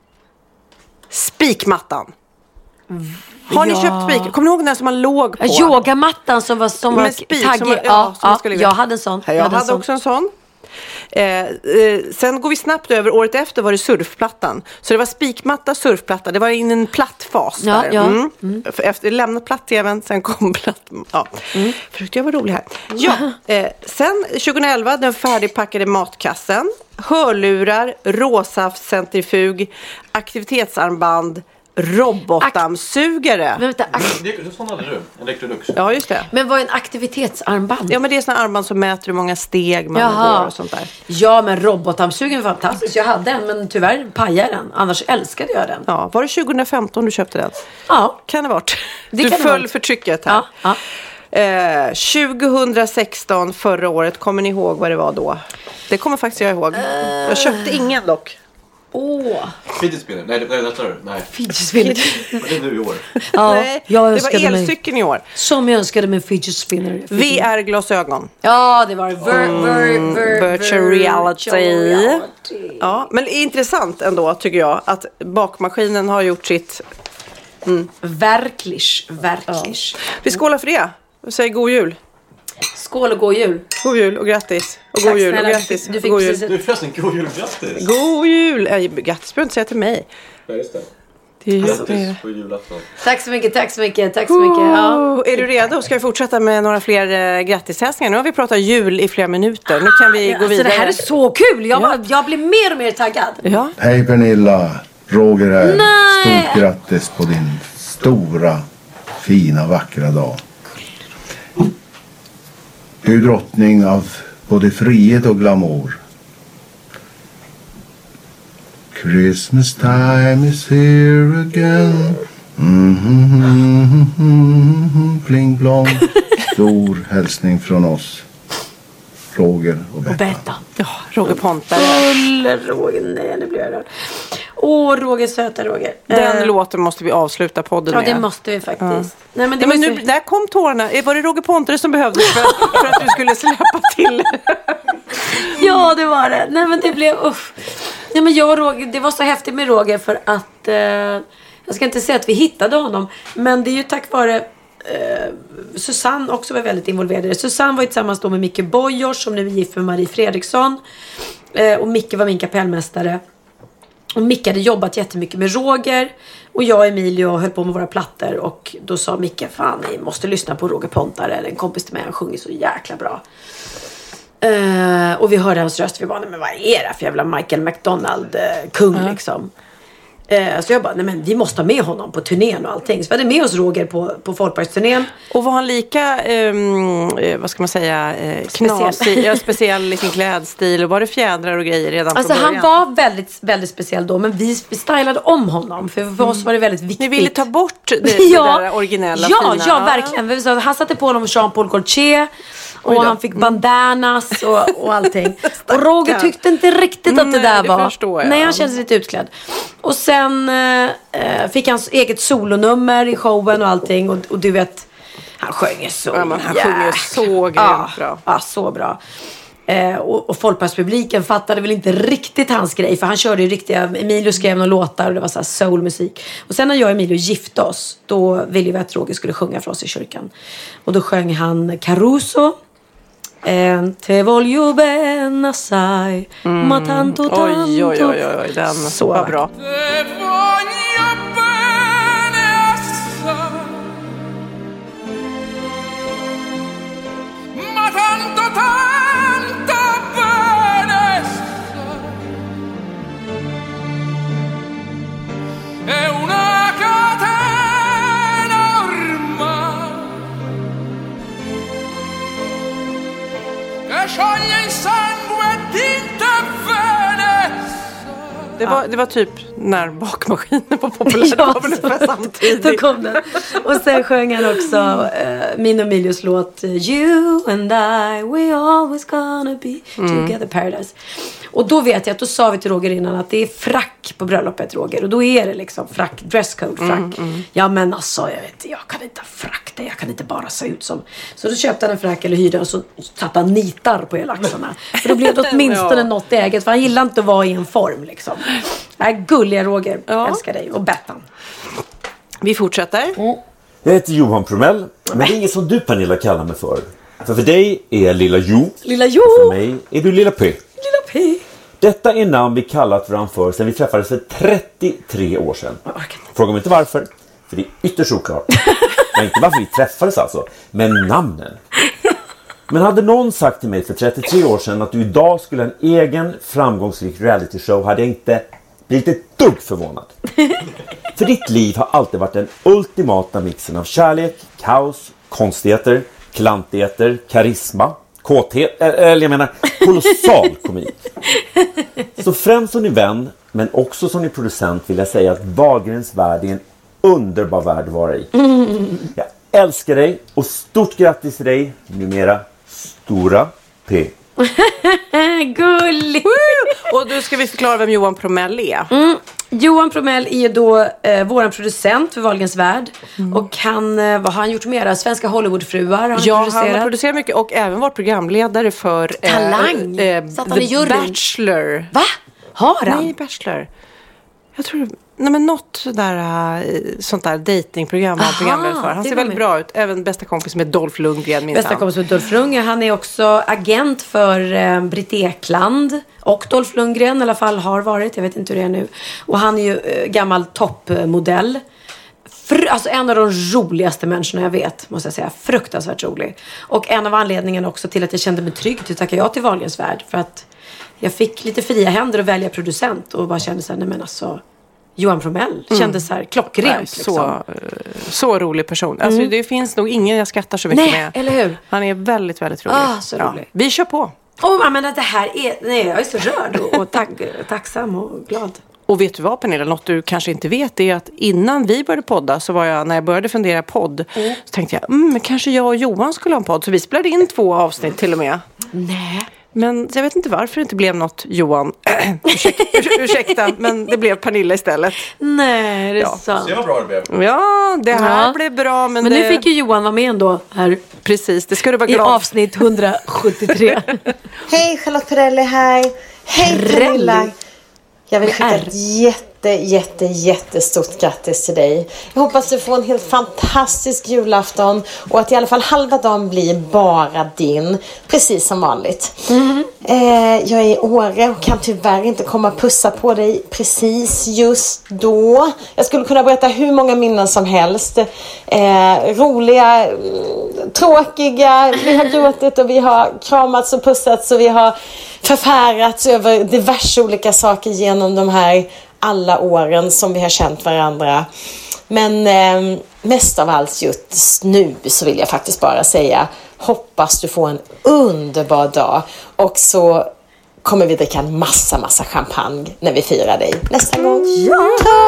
spikmattan. Har ni Ja. köpt spik? Kommer ni ihåg den som man låg på? Yogamattan som var, som var Med spik, taggig. som man- ja, ja, som man ja, skulle- jag hade en sån. Jag, hade, en sån. också en sån. Eh, eh, sen går vi snabbt över. Året efter var det surfplattan. Så det var spikmatta, surfplatta. Det var in en platt fas Ja, där. ja. Mm. Mm. För efter lämnat platt-tvn, sen kom platt. Ja. Mm. Försökte jag vara rolig här. Ja, eh, sen tjugohundraelva den färdigpackade matkassen. Hörlurar, råsaftcentrifug, aktivitetsarmband, robotdammsugare. Men vänta, Sån hade du, en Electrolux. Ja, just det. Men vad är en aktivitetsarmband? Ja, men det är såna armband som mäter hur många steg man Jaha. går och sånt där. Ja, men robotdammsugaren var fantastisk. Jag hade en, men tyvärr pajade den. Annars älskade jag den. Ja, var det tjugohundrafemton du köpte den? Ja. Kan det ha varit. Det Du kan det föll varit. för trycket här. Ja, ja. Eh, tjugohundrasexton, förra året, kommer ni ihåg vad det var då? Det kommer faktiskt jag ihåg. Jag köpte ingen dock. Åh. Fidget spinner. Nej, det är lättare. Nej. Fidget spinner. Det är nu i år. Ja, Nej, jag det önskade var mig. elcykeln i år. Som jag önskade med fidget spinner. V R-glasögon. Ja, det var det. Vir, vir, vir, Virtual reality. reality. Ja, men intressant ändå tycker jag att bakmaskinen har gjort sitt. Mm. Verklisch, verklisch. Vi skålar för det. Och säger god jul. Skål och god jul. God jul och grattis. Och Tack god jul och snälla. grattis. Du fick god jul. precis Du förresten, god jul och grattis. God jul. Äh, grattis behöver du inte säga till mig. Ja, just det. Det är ju... Grattis på julafton. Tack så mycket, tack så mycket, tack så mycket. Ja. Oh, är du redo? Ska vi fortsätta med några fler uh, grattishälsningar? Nu har vi pratat jul i flera minuter. Nu kan vi Ja, gå alltså, vidare. det här är så kul. Jag, Ja. bara, jag blir mer och mer taggad. Ja. Hej Pernilla, Roger här. Nej. Stort grattis på din stora, fina, vackra dag. Du är drottning av både frihet och glamour. Christmas time is here again. Mm-hmm. Pling plong. Stor hälsning från oss. Roger och Bettan. Och Bettan. Ja, Roger Pontare. Full Roger, nej nu blir jag rörd. Åh, Roger, söta Roger. Den Eh, låten måste vi avsluta podden Ja, med. det måste vi faktiskt. Ja. Nej, men det Nej, men måste nu, där kom tårarna. Eh, Var det Roger Pontare som behövdes för, för att du skulle släppa till? Ja, det var det. Nej, men det blev... Uff. Nej, men jag och Roger, det var så häftigt med Roger för att... Eh, jag ska inte säga att vi hittade honom. Men det är ju tack vare... Eh, Susanne också var väldigt involverad i det. Susanne var ju tillsammans då med Micke Bojors som nu är gift med Marie Fredriksson. Eh, och Micke var min kapellmästare. Och Micke hade jobbat jättemycket med Roger. Och jag och Emilio höll på med våra plattor. Och då sa Micke, fan ni måste lyssna på Roger Pontare. En kompis till mig, han sjunger så jäkla bra. Uh, och vi hörde hans röst. Vi bara, nej men vad är det för jävla Michael McDonald-kung uh, liksom. Uh, så jag bara, nej men vi måste ha med honom på turnén och allting. Så vi hade med oss Roger på, på Folkparksturnén. Och var han lika, um, vad ska man säga, uh, knasig, ja, speciell i sin klädstil? Och var det fjädrar och grejer redan alltså, från början? Han var väldigt, väldigt speciell då. Men vi, vi stylade om honom. För för mm. oss var det väldigt viktigt. Ni ville ta bort det, ja. det där originella ja, fina? Ja, verkligen. Så han satte på honom Jean-Paul Gaultier. Och han fick bandanas och, och allting. Och Roger tyckte inte riktigt att det där det var. förstår jag. Nej, han kände sig lite utklädd. Och sen eh, fick han eget solonummer i showen och allting. Och, och du vet, han sjöng så ja, men han jäkla. sjunger så grymt ja, bra. Ja, så bra. Eh, och och folkparkspubliken fattade väl inte riktigt hans grej. För han körde ju riktiga, Emilio skrev några låtar och det var så här soulmusik. Och sen när jag och Emilio gifte oss, då ville vi att Roger skulle sjunga för oss i kyrkan. Och då sjöng han Caruso. En te voglio bene assai, mm. ma tanto tanto. Oj, oj, oj, oj, den så var bra. Det var, det var typ när bakmaskinen var populär. Ja, det var ungefär samtidigt. Då kom den. Och sen sjöng han också uh, min och Emilios låt You and I, we always gonna be Mm. together, Paradise. Och då vet jag att då sa vi till Roger innan att det är frack på bröllopet, Roger. Och då är det liksom frack, dresscode, frack. Mm, mm. Ja men alltså, jag vet jag kan inte ha frack det. Jag kan inte bara se ut som. Så då köpte han en frack eller hyrde och så satte han nitar på hela axlarna. För då blev det åtminstone Ja. något eget. För han gillar inte att vara i en form liksom. Jag är gulliga Roger. Jag älskar dig. Och Bettan. Vi fortsätter. Jag heter Johan Promell, men det är inget som du, Pernilla, kallar mig för. För för dig är jag Lilla Jo. Lilla Jo. För mig är du Lilla P. Lilla P. Detta är namn vi kallat varandra för sedan vi träffades för trettiotre år sedan. Fråga mig inte varför, för det är ytterst oklart. Men inte varför vi träffades alltså, men namnen. Men hade någon sagt till mig för trettiotre år sedan att du idag skulle ha en egen framgångsrik reality show hade jag inte blivit ett dugg förvånad. För ditt liv har alltid varit den ultimata mixen av kärlek, kaos, konstigheter, klantigheter, karisma, kåthet, eller jag menar kolossal komik. Så främst som din vän, men också som din producent vill jag säga att Wahlgrens värld är en underbar värld att vara i. Jag älskar dig och stort grattis till dig, numera Stora P. Gulligt. Och då ska vi förklara vem Johan Promell är. Mm. Johan Promell är då eh, våran producent för Wahlgrens värld. Mm. Och han, eh, vad har han gjort mera? Svenska Hollywoodfruar har han Ja, producerat. han har producerat mycket och även varit programledare för Talang. eh, eh, Satt han i The juryn? Bachelor. Va? Har han? Nej, Bachelor. Jag tror, nej men något där, uh, sånt där datingprogram var han programledare för. Han det ser var väldigt med. bra ut. Även bästa kompis med Dolph Lundgren. minns Bästa han. kompis med Dolph Lundgren. Han är också agent för eh, Britt Ekland och Dolph Lundgren i alla fall har varit. Jag vet inte hur det är nu. Och han är ju eh, gammal toppmodell. Fr- alltså en av de roligaste människorna jag vet, måste jag säga. Fruktansvärt rolig. Och en av anledningarna också till att jag kände mig trygg till att tacka ja till Wahlgrens värld. För att jag fick lite fria händer att välja producent och bara kände så här, nej men alltså Johan Promell Mm. kändes så här klockrent. Nej, liksom. så, så rolig person. Alltså, Mm. det finns nog ingen jag skrattar så mycket Nej, med. eller hur? Han är väldigt, väldigt rolig. Ah, så rolig. Vi kör på. Åh, men det här är... Nej, jag är så rörd och, och tack, tacksam och glad. Och vet du vad, Pernilla? Något du kanske inte vet är att innan vi började podda så var jag, när jag började fundera podd, Mm. så tänkte jag, mm, men kanske jag och Johan skulle ha en podd. Så vi spelade in två avsnitt till och med. Nej. Men jag vet inte varför det inte blev något Johan. Ursäkta, ur, ursäkta, men det blev Pernilla istället. Nej, det är Ja. sant. Se vad bra det blev. Ja, det här Ja. blev bra. Men, Men det... nu fick ju Johan vara med ändå här. Precis, det ska du vara I glad. avsnitt hundrasjuttiotre. Hej, Charlotte Perrelli här. Hej, Pernilla. Jag vill skicka ett jätte, jätte, jättestort grattis till dig. Jag hoppas du får en helt fantastisk julafton och att i alla fall halva dagen blir bara din, precis som vanligt. Mm. Eh, jag är i Åre och kan tyvärr inte komma och pussa på dig precis just då. Jag skulle kunna berätta hur många minnen som helst. Eh, roliga, mm, tråkiga, vi har gråtit och vi har kramats och pussats och vi har förfärats över diverse olika saker genom de här alla åren som vi har känt varandra. Men eh, mest av allt just nu så vill jag faktiskt bara säga hoppas du får en underbar dag och så kommer vi dricka en massa, massa champagne när vi firar dig nästa gång. Ja!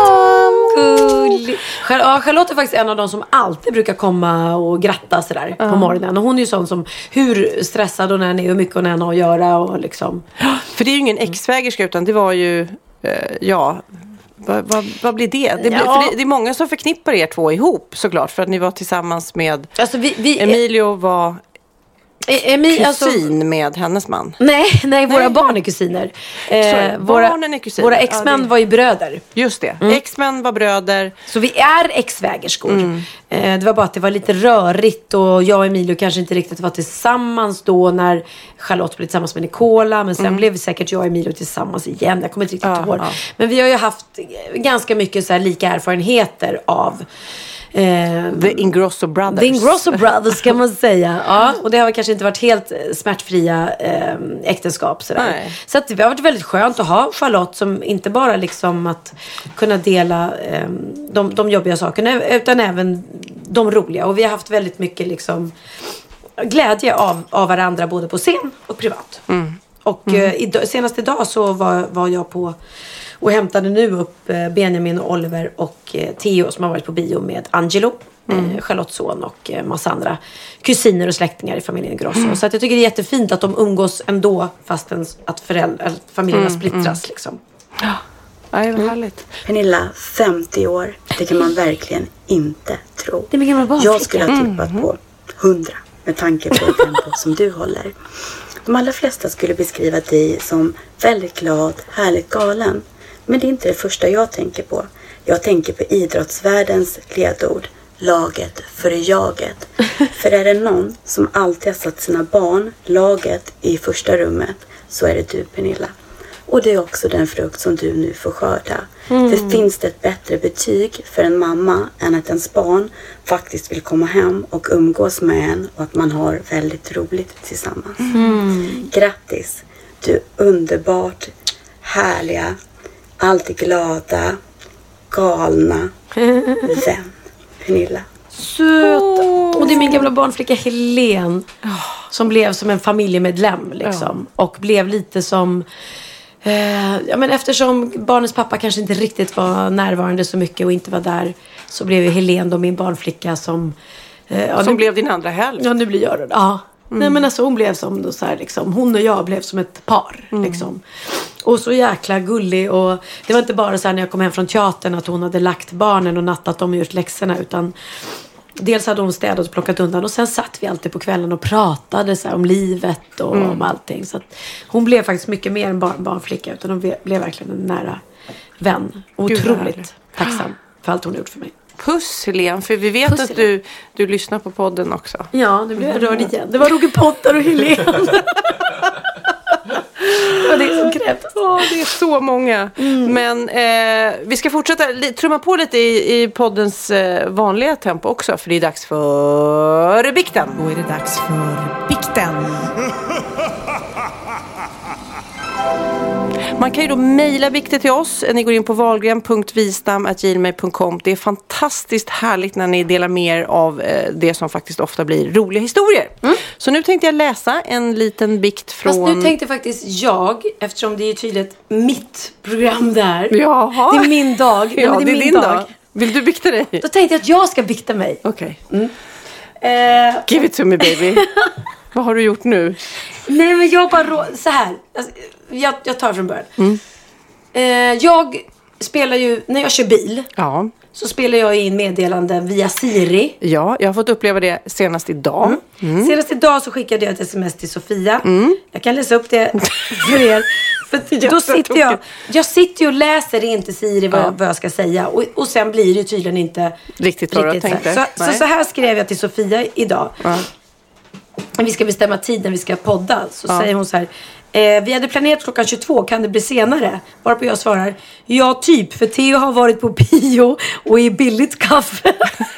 Gullig. Char- ja, Charlotte är faktiskt en av de som alltid brukar komma och gratta sådär på Ja. morgonen. Och hon är ju sån som hur stressad hon än är, hur mycket hon än har att göra och liksom. För det är ju ingen ex-svägerska utan det var ju, eh, ja, vad, vad, vad blir det? Det, blir, Ja. för det? Det är många som förknippar er två ihop såklart för att ni var tillsammans med, alltså, vi, vi, Emilio var Emi, kusin alltså, med hennes man. Nej, nej, våra barn är kusiner. Eh, Sorry, våra, barnen är kusiner. Våra ex-män Ja, det- var ju bröder. Just det, Mm. ex-män var bröder. Så vi är ex-svägerskor. Mm. Eh, det var bara att det var lite rörigt och jag och Emilio kanske inte riktigt var tillsammans då när Charlotte blev tillsammans med Nicola. Men sen Mm. blev vi säkert jag och Emilio tillsammans igen. Jag kommer inte riktigt Ja, ihåg. ja. Men vi har ju haft ganska mycket så här lika erfarenheter av Eh, The Ingrosso Brothers. The Ingrosso Brothers kan man säga. Ja, och det har kanske inte varit helt eh, smärtfria eh, äktenskap. Sådär. Nej. Så att det har varit väldigt skönt att ha Charlotte som inte bara liksom att kunna dela eh, de, de jobbiga sakerna utan även de roliga. Och vi har haft väldigt mycket liksom glädje av, av varandra både på scen och privat. Mm. Och Mm. eh, idag, senast idag så var, var jag på Och hämtade nu upp eh, Benjamin och Oliver och eh, Theo som har varit på bio med Angelo. Mm. Eh, Charlottes son och eh, massa andra kusiner och släktingar i familjen Grosso. Mm. Så att jag tycker det är jättefint att de umgås ändå fastän att föräldrar, familjerna mm. splittras. Mm. Liksom. Ja, det var härligt. Pernilla, femtio år. Det kan man verkligen inte tro. Det är min gamla jag skulle ha tippat mm. på hundra med tanke på det tempo som du håller. De allra flesta skulle beskriva dig som väldigt glad, härligt galen. Men det är inte det första jag tänker på. Jag tänker på idrottsvärldens ledord. Laget före jaget. För är det någon som alltid har satt sina barn, laget, i första rummet, så är det du, Pernilla. Och det är också den frukt som du nu får skörda. Mm. För finns det ett bättre betyg för en mamma än att ens barn faktiskt vill komma hem och umgås med en och att man har väldigt roligt tillsammans. Mm. Grattis! Du är underbart, härliga, alltid glada, galna vän. Pernilla. Söt. Oh. Och det är min gamla barnflicka Helen oh. som blev som en familjemedlem liksom. Oh. Och blev lite som eh, ja, men eftersom barnens pappa kanske inte riktigt var närvarande så mycket och inte var där, så blev ju Helen då min barnflicka som eh, ja, som nu, blev din andra hälft. Ja, nu blir jag det. Ja. Mm. Nej, men alltså hon blev som då, så här, liksom, hon och jag blev som ett par mm. liksom. Och så jäkla gullig. Och det var inte bara så här när jag kom hem från teatern att hon hade lagt barnen och nattat dem och gjort läxorna, utan dels hade hon städat och plockat undan, och sen satt vi alltid på kvällen och pratade så här, om livet och mm. om allting. Så att hon blev faktiskt mycket mer en barn, barnflicka, utan hon blev verkligen en nära vän. Otroligt tacksam för allt hon gjort för mig. Puss, Helene, för vi vet Puss, att du, du lyssnar på podden också. Ja, nu blev jag rörd igen. Det var Roger Potter och Helene. Ja, det är som krävs. Ja, det är så många. Mm. Men eh, vi ska fortsätta li- trumma på lite i, i poddens eh, vanliga tempo också. För det är dags för bikten. Då är det dags för bikten. Man kan ju då mejla bikter till oss. Ni går in på wahlgren punkt wistam at gmail punkt com. Det är fantastiskt härligt när ni delar mer av eh, det som faktiskt ofta blir roliga historier. Mm. Så nu tänkte jag läsa en liten bikt från... Fast nu tänkte faktiskt jag, eftersom det är tydligt mitt program där. Jaha. Det är min dag. Ja, Nej, det är, det är min din dag. dag. Vill du bikta dig? Då tänkte jag att jag ska bikta mig. Okej. Okay. Mm. Eh, Give it to me, baby. Vad har du gjort nu? Nej, men jag bara... Rå- så här. Alltså, jag, jag tar från början. Mm. Eh, jag spelar ju... När jag kör bil... Ja. Så spelar jag in meddelanden via Siri. Ja, jag har fått uppleva det senast idag. Mm. Mm. Senast idag så skickade jag ett sms till Sofia. Mm. Jag kan läsa upp det för er. För då sitter jag... Jag sitter ju och läser in till Siri vad, ja. vad jag ska säga. Och, och sen blir det ju tydligen inte... Riktigt vad jag tänkte. Så, så, så här skrev jag till Sofia idag. Ja. Vi ska bestämma tid när vi ska podda. Så ja. säger hon så här... Eh, vi hade planerat klockan tjugotvå, kan det bli senare? Varpå jag svarar, ja typ, för Theo har varit på bio och är billigt kaffe.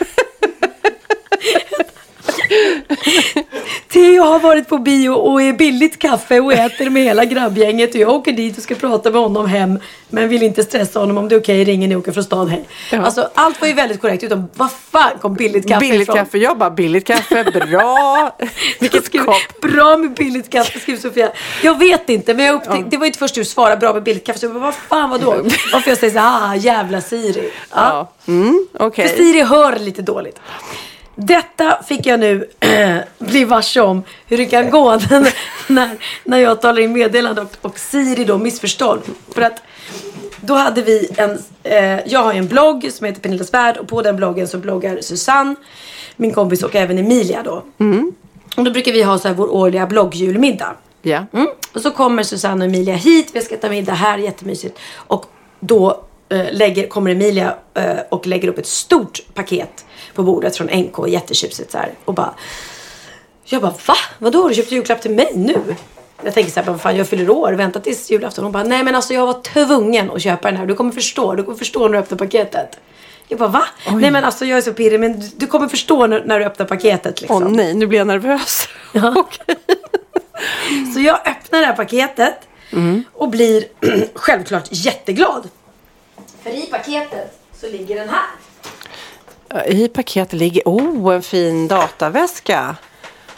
Theo har varit på bio och är billigt kaffe och äter med hela grabbgänget. Och jag åker dit och ska prata med honom hem, men vill inte stressa honom. Om det är okej, ringer ni och åker från stan, hej. Ja. Alltså, allt var ju väldigt korrekt, utom vad fan kom billigt kaffe Billigt ifrån? kaffe, jag bara billigt kaffe, bra. Vilket skrev, bra med billigt kaffe, skriver Sofia. Jag vet inte, men jag upptäckte, ja. det var inte först du svarade bra med billigt kaffe. Så jag bara, vad fan var då? Varför jag säger så här, ah, jävla Siri. Ja. Ja. Mm, okay. För Siri hör lite dåligt. Detta fick jag nu äh, bli varse om hur det kan gå när, när, när jag talar in meddelande och, och Siri då missförstådd. För att då hade vi en, eh, jag har ju en blogg som heter Pernillas Värld, och på den bloggen så bloggar Susanne, min kompis, och även Emilia då. Mm. Och då brukar vi ha så här vår årliga bloggjulmiddag. Ja. Mm. Och så kommer Susanne och Emilia hit, vi ska ta middag här, jättemysigt. Och då eh, lägger, kommer Emilia eh, och lägger upp ett stort paket på bordet från N K, jättetjusigt så här. Och bara, jag bara, va? Vadå, har du köpt julklapp till mig nu? Jag tänker så här, vad fan, jag fyller år, vänta tills julafton. Hon bara, nej men alltså jag var tvungen att köpa den här. Du kommer förstå, du kommer förstå när du öppnar paketet. Jag bara, va? Oj. Nej men alltså jag är så pirrig, men du, du kommer förstå när, när du öppnar paketet liksom. Åh nej, nu blir jag nervös. Ja. Okay. Så jag öppnar det här paketet mm. och blir självklart jätteglad. För i paketet så ligger den här. I paketet ligger, oh, en fin dataväska.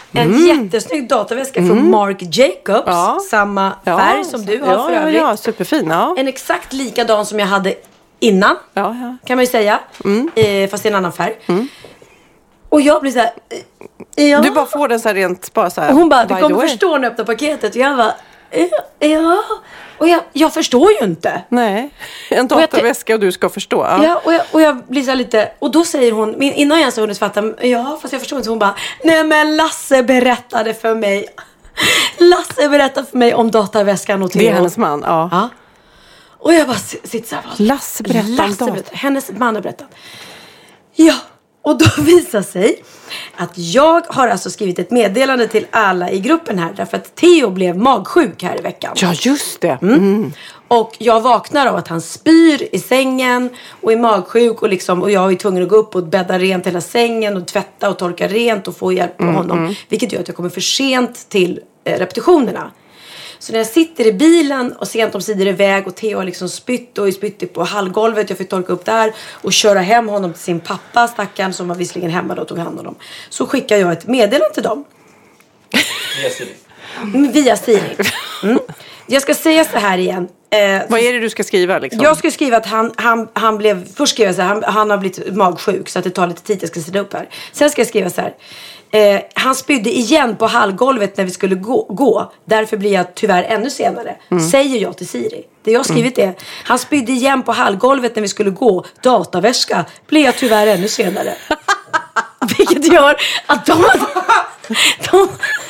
En Mm. jättesnygg dataväska Mm. från Marc Jacobs. Ja. Samma Ja. färg som du har Ja, för ja, övrigt. ja, superfin. Ja. En exakt likadan som jag hade innan. Ja, ja. Kan man ju säga. Mm. Eh, fast i en annan färg. Mm. Och jag blir så här. eh, Ja. Du bara får den så här rent, bara så här. Och hon bara, by du the kommer way. förstå när jag öppnar paketet. Och jag bara, eh, ja. Och jag, jag förstår ju inte. Nej, en Och jag dataväska och du ska förstå. Ja, ja och, jag, och jag blir så här lite. Och då säger hon, min- innan jag ens har hunnit fatta. Ja, fast jag förstår inte. Hon bara, nej men Lasse berättade för mig. Lasse berättade för mig om dataväskan och Theo. Det är hennes man, ja. Ja. Och jag bara s- sitter så här. bara, Lasse berättade om Lasse dat- berättade. Hennes man har berättat. Ja, och då visar sig att jag har alltså skrivit ett meddelande till alla i gruppen här. Därför att Theo blev magsjuk här i veckan. Ja, just det. Mm. Mm. Och jag vaknar av att han spyr i sängen och är magsjuk och, liksom, och jag är tvungen att gå upp och bädda rent hela sängen och tvätta och torka rent och få hjälp av Mm, honom. mm. Vilket gör att jag kommer för sent till eh, repetitionerna. Så när jag sitter i bilen och sent om sidor iväg och Theo har liksom spytt och är spytt på hallgolvet. Jag fick torka upp där och köra hem honom till sin pappa, stackaren, som var visserligen hemma då och tog hand om honom. Så skickar jag ett meddelande till dem. Via Siri. Mm, Via Siri. Mm. Jag ska säga så här igen. Eh, Vad är det du ska skriva liksom? Jag skulle skriva att han, han, han blev... Först skrev jag så här, han, han har blivit magsjuk så att det tar lite tid, jag ska sätta upp här. Sen ska jag skriva så här. Eh, han spydde igen på hallgolvet när vi skulle gå, gå. Därför blir jag tyvärr ännu senare. Mm. Säger jag till Siri. Det jag har skrivit är. Han spydde igen på hallgolvet när vi skulle gå. Dataväska. Blir jag tyvärr ännu senare. Vilket gör att de... de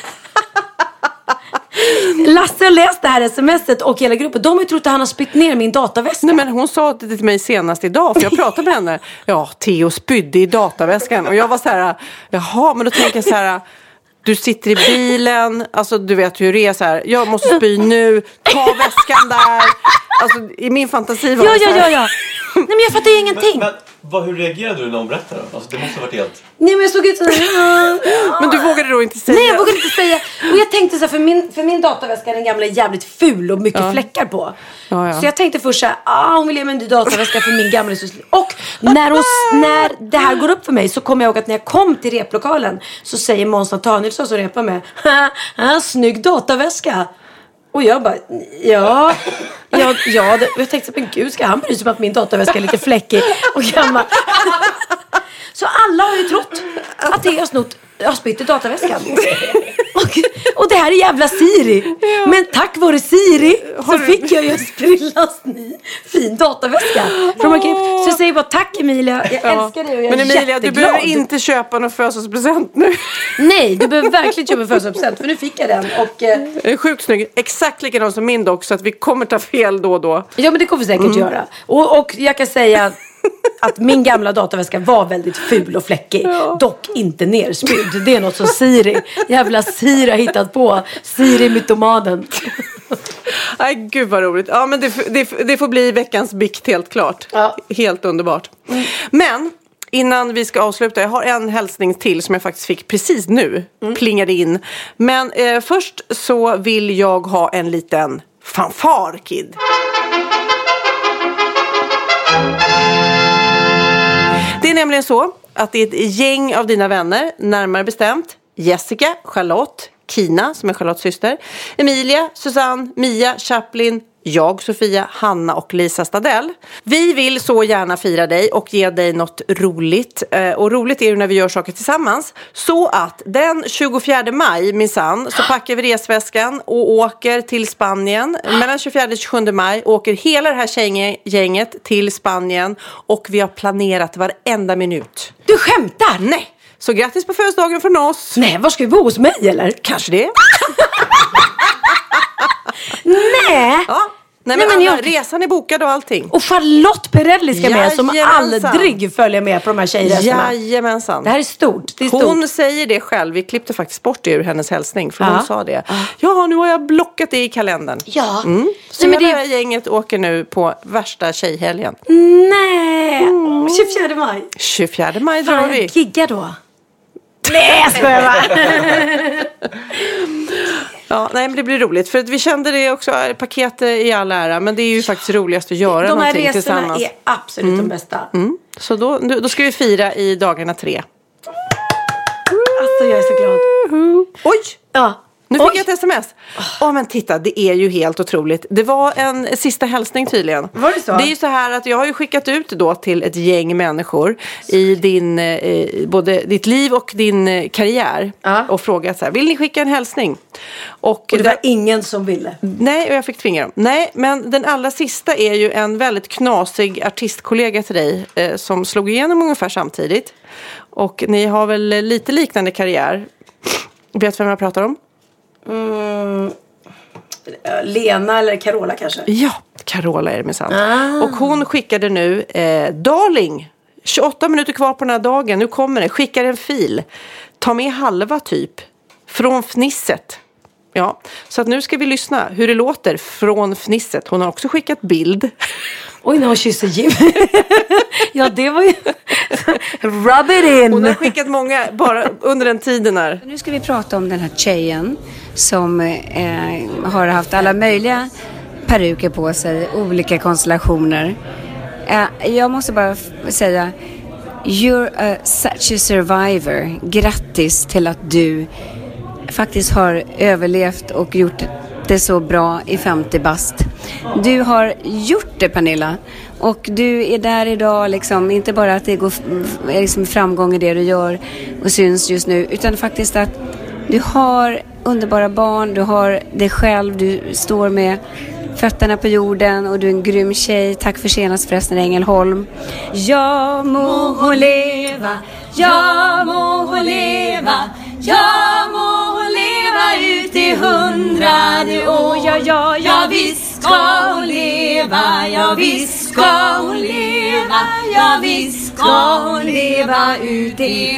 Lasse har läst det här smset och hela gruppen. De har ju trott att han har spytt ner min dataväska. Nej, men hon sa det till mig senast idag, för jag pratade med henne. Ja, Theo spydde i dataväskan. Och jag var så här, jaha, men då tänker jag så här, du sitter i bilen, alltså du vet hur det är så här, jag måste spy nu, ta väskan där. Alltså i min fantasi var Ja, det så ja, här. ja, ja. Nej, men jag fattar ju ingenting. Men, men vad, hur reagerade du när hon berättade? Alltså, det måste ha varit helt... Nej, men jag såg ut så här. Men du vågade då inte säga. Nej, jag vågade inte säga. Och jag tänkte så här, för min, för min dataväska är den gamla jävligt ful och mycket Ja. fläckar på. Ja, ja. Så jag tänkte först så här, ah, hon vill ge mig en ny dataväska för min gamla. Och när, hon, när det här går upp för mig så kommer jag ihåg att när jag kom till replokalen så säger Måns Nathanielsson som repar med, ha, snygg dataväska. Och jag bara, ja, ja, ja det, jag tänkte, men gud, ska han bry sig om att min dataväska är lite fläckig och gammal? Så alla har ju trott att det är snott, jag har spytt i dataväskan. Och, och det här är jävla Siri. Men tack vare Siri så fick jag ju en sprillans ny fin dataväska. Från Mark. Så jag säger bara tack Emilia, jag Ja. älskar dig och jag är Men Emilia, jätteglad. du behöver inte köpa någon födelsedagspresent nu. Nej, du behöver verkligen köpa en födelsedagspresent, för nu fick jag den. Och, eh, Den är sjukt snygg. Exakt likadan som min dock, så att vi kommer ta fel då och då. ja, men det kommer vi säkert Mm. göra. Och, och jag kan säga att min gamla dataväska var väldigt ful och fläckig. Dock inte nerspydd. Det är något som Siri, jävla Siri har hittat på. Siri mytomanen. Nej, gud vad roligt. Ja, men det, det, det får bli veckans bikt helt klart. Ja. Helt underbart. Men innan vi ska avsluta, jag har en hälsning till som jag faktiskt fick precis nu. Mm. Plingade in. Men eh, först så vill jag ha en liten fanfar, Kid. Det är nämligen så att det är ett gäng av dina vänner, närmare bestämt Jessica, Charlotte, Kina som är Charlottes syster, Emilia, Susanne, Mia, Chaplin, jag, Sofia, Hanna och Lisa Stadell. Vi vill så gärna fira dig och ge dig något roligt. Eh, och roligt är ju när vi gör saker tillsammans. Så att den tjugofjärde maj, minsann, så packar vi resväskan och åker till Spanien. Mellan tjugofjärde och tjugosjunde maj åker hela det här tjejgänget till Spanien. Och vi har planerat varenda minut. Du skämtar? Nej. Så grattis på födelsedagen från oss. Nej, var ska vi bo, hos mig eller? Kanske det. Nej. Ja. Nej, men, Nej, men alla, jag- resan är bokad och allting. Och Charlotte Perrelli ska med, som Jajamensan. aldrig följer med på de här tjejresorna. Jajamensan. Det här är stort. Det är stort. Hon säger det själv. Vi klippte faktiskt bort det ur hennes hälsning. För Ja. hon sa det. Ja, nu har jag blockat det i kalendern. Ja. Mm. Så Nej, men hela det- gänget åker nu på värsta tjejhelgen. Nej. Mm. tjugofjärde maj. tjugofjärde maj drar Fan, vi. jag giggar då. Nej, jag skojar bara. Ja, nej, men det blir roligt. För att vi kände det också, paket i all ära. Men det är ju faktiskt roligast att göra De här någonting resorna tillsammans. är absolut de bästa. Mm. Så då, då ska vi fira i dagarna tre. Alltså jag är så glad. Oj! Ja. Nu fick Oj. jag ett sms. Åh oh, men titta, det är ju helt otroligt. Det var en sista hälsning tydligen. Var det så? Det är ju så här att jag har ju skickat ut då till ett gäng människor i din, eh, både ditt liv och din eh, karriär. Ja. Och frågat så här, vill ni skicka en hälsning? Och, och det var där, ingen som ville? Nej, och jag fick tvinga dem. Nej, men den allra sista är ju en väldigt knasig artistkollega till dig eh, som slog igenom ungefär samtidigt. Och ni har väl lite liknande karriär. Vet vem jag pratar om? Mm, Lena eller Carola kanske? Ja, Carola är det minsann. Ah. Och hon skickade nu eh, Darling, tjugoåtta minuter kvar på den här dagen. Nu kommer det, skickar en fil. Ta med halva typ från fnisset. Ja, så att nu ska vi lyssna hur det låter från fnisset. Hon har också skickat bild. Oj, när hon kysser Jim. Ja, det var ju... Rub it in. Hon har skickat många bara under den tiden här. Nu ska vi prata om den här tjejen som eh, har haft alla möjliga peruker på sig, olika konstellationer. Eh, jag måste bara f- säga, you're a, such a survivor. Grattis till att du faktiskt har överlevt och gjort det så bra i femtio bast. Du har gjort det, Pernilla. Och du är där idag liksom, inte bara att det går liksom framgång i det du gör och syns just nu, utan faktiskt att du har underbara barn, du har dig själv, du står med fötterna på jorden och du är en grym tjej. Tack för senast förresten, Ängelholm. Ja må hon leva, ja må hon leva, ja må hon leva ut i hundrade år. Ja, ja, ja visst ska hon leva, ja visst ska hon leva, ja visst ska hon leva ut i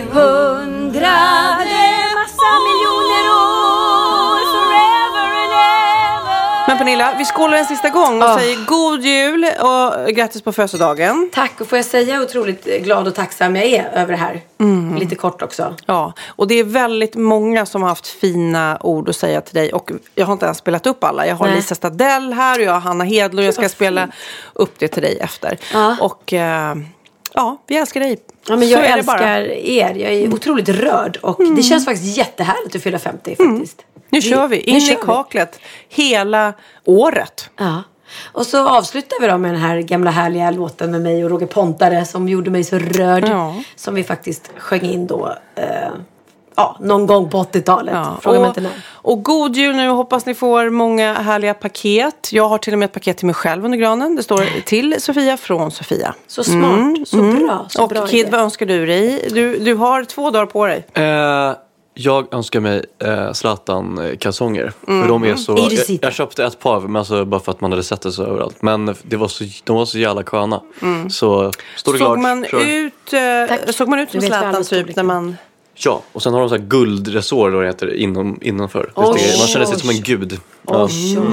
hundrade massa miljoner år, forever and ever. Men Pernilla, vi skålar en sista gång och oh. säger god jul och grattis på födelsedagen. Tack, och får jag säga otroligt glad och tacksam jag är över det här. Mm. Lite kort också. Ja, och det är väldigt många som har haft fina ord att säga till dig. Och jag har inte ens spelat upp alla. Jag har Nej. Lisa Stadell här och jag har Hanna Hedlund. Och jag ska spela fint. upp det till dig efter. Ja. Och eh, ja, vi älskar dig. Ja, men jag älskar er. Jag är otroligt rörd. Och mm. det känns faktiskt jättehärligt att fylla femtio faktiskt. Mm. Nu kör vi. In i kaklet. Vi. Hela året. Ja. Och så avslutar vi då med den här gamla härliga låten med mig och Roger Pontare som gjorde mig så rörd. Ja. Som vi faktiskt sjöng in då eh, ja, någon gång på åttiotalet. Ja. Fråga mig inte när. Och god jul nu. Hoppas ni får många härliga paket. Jag har till och med ett paket till mig själv under granen. Det står till Sofia från Sofia. Så smart. Mm. Så mm. bra. Så och bra Kid, vad önskar du dig? Du, du har två dagar på dig. Eh... Jag önskar mig äh, Zlatan-kalsonger. Mm. För de är så... Jag, jag köpte ett par, men alltså, bara för att man hade sett det så överallt. Men det var så, de var så jävla sköna. Mm. Så stod det såg klart. Man ut, äh, såg man ut som Zlatan typ när man... Ja, och sen har de så här guldresår då det heter inom, innanför. Oh, man känner sig som en gud. Ja.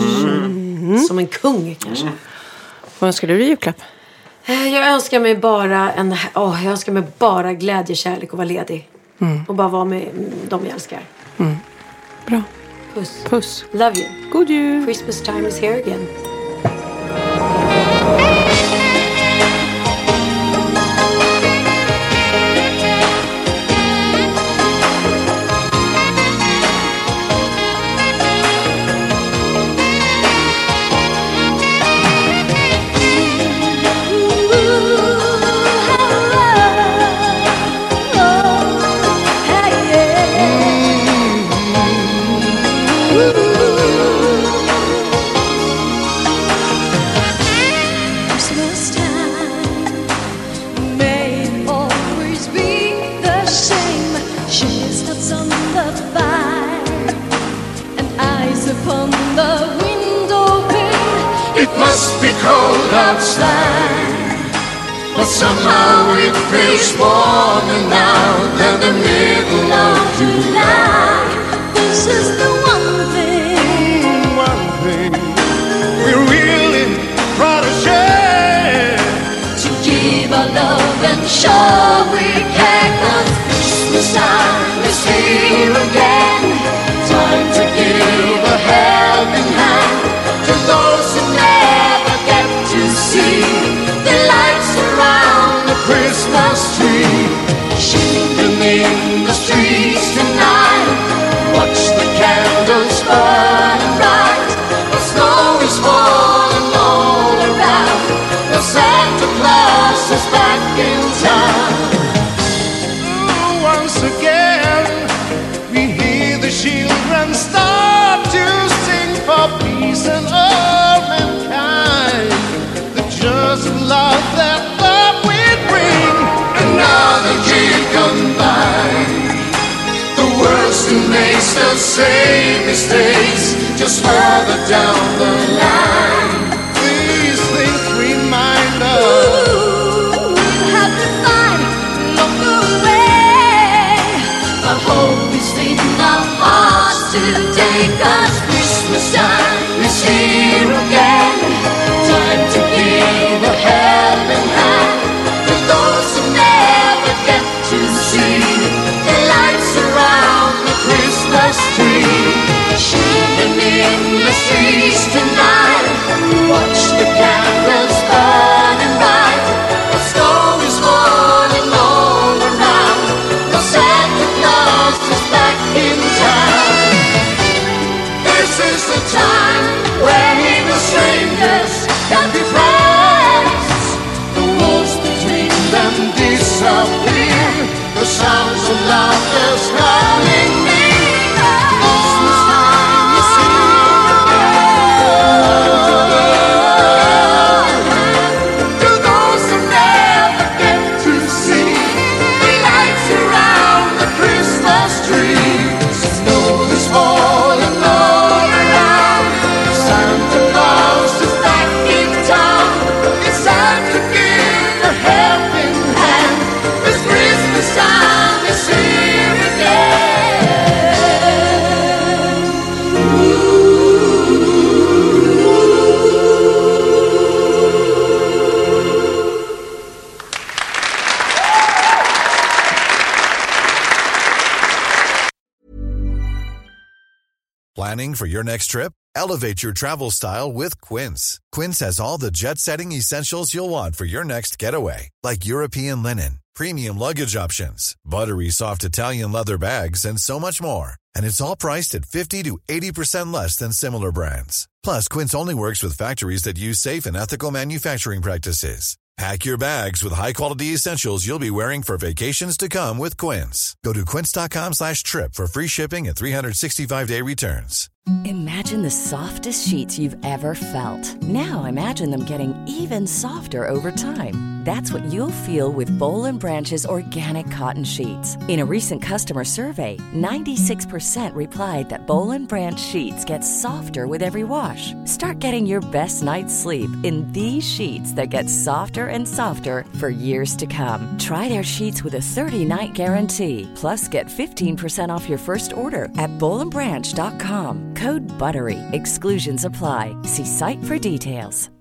Mm. Som en kung kanske. Mm. Vad önskar du dig i julklapp? Jag önskar mig bara en, oh, jag önskar mig bara glädje, kärlek och vara ledig. Mm. Och bara vara med dem jag älskar. Mm. Bra. Puss. Puss. Love you. God jul. Christmas time is here again. Outside, but somehow it feels warmer now than the middle of July. This is the one thing, one thing we really try to share. To give our love and show we can. 'Cause Christmas time is here again. Time to give a helping hand to those who never get to see the lights around the Christmas tree, shining in the streets tonight. will save mistakes just further down the line. These things remind us. Ooh, have to find longer way. But hope is in our hearts today, 'cause Christmas time is here again. Time to give a helping hand to those who never get to see the lights around the Christmas tree. Shining in the streets tonight, watch the candles burning bright. The snow is falling all around, the Santa Claus is back in town. This is the time where even strangers can be friends. The walls between them disappear, the sounds of laughter's coming near. Christmas time is here again. To those who never get to see the lights around the Christmas tree. Snow is falling all around, Santa Claus is back in town. It's time to give a helping hand. This Christmas time is here again. Planning for your next trip? Elevate your travel style with Quince. Quince has all the jet-setting essentials you'll want for your next getaway, like European linen, premium luggage options, buttery soft Italian leather bags, and so much more. And it's all priced at fifty to eighty percent less than similar brands. Plus, Quince only works with factories that use safe and ethical manufacturing practices. Pack your bags with high-quality essentials you'll be wearing for vacations to come with Quince. Go to quince.com slash trip for free shipping and three sixty-five day returns. Imagine the softest sheets you've ever felt. Now imagine them getting even softer over time. That's what you'll feel with Boll and Branch's organic cotton sheets. In a recent customer survey, ninety-six percent replied that Boll and Branch sheets get softer with every wash. Start getting your best night's sleep in these sheets that get softer and softer for years to come. Try their sheets with a thirty-night guarantee. Plus, get fifteen percent off your first order at boll and branch dot com. Code BUTTERY. Exclusions apply. See site for details.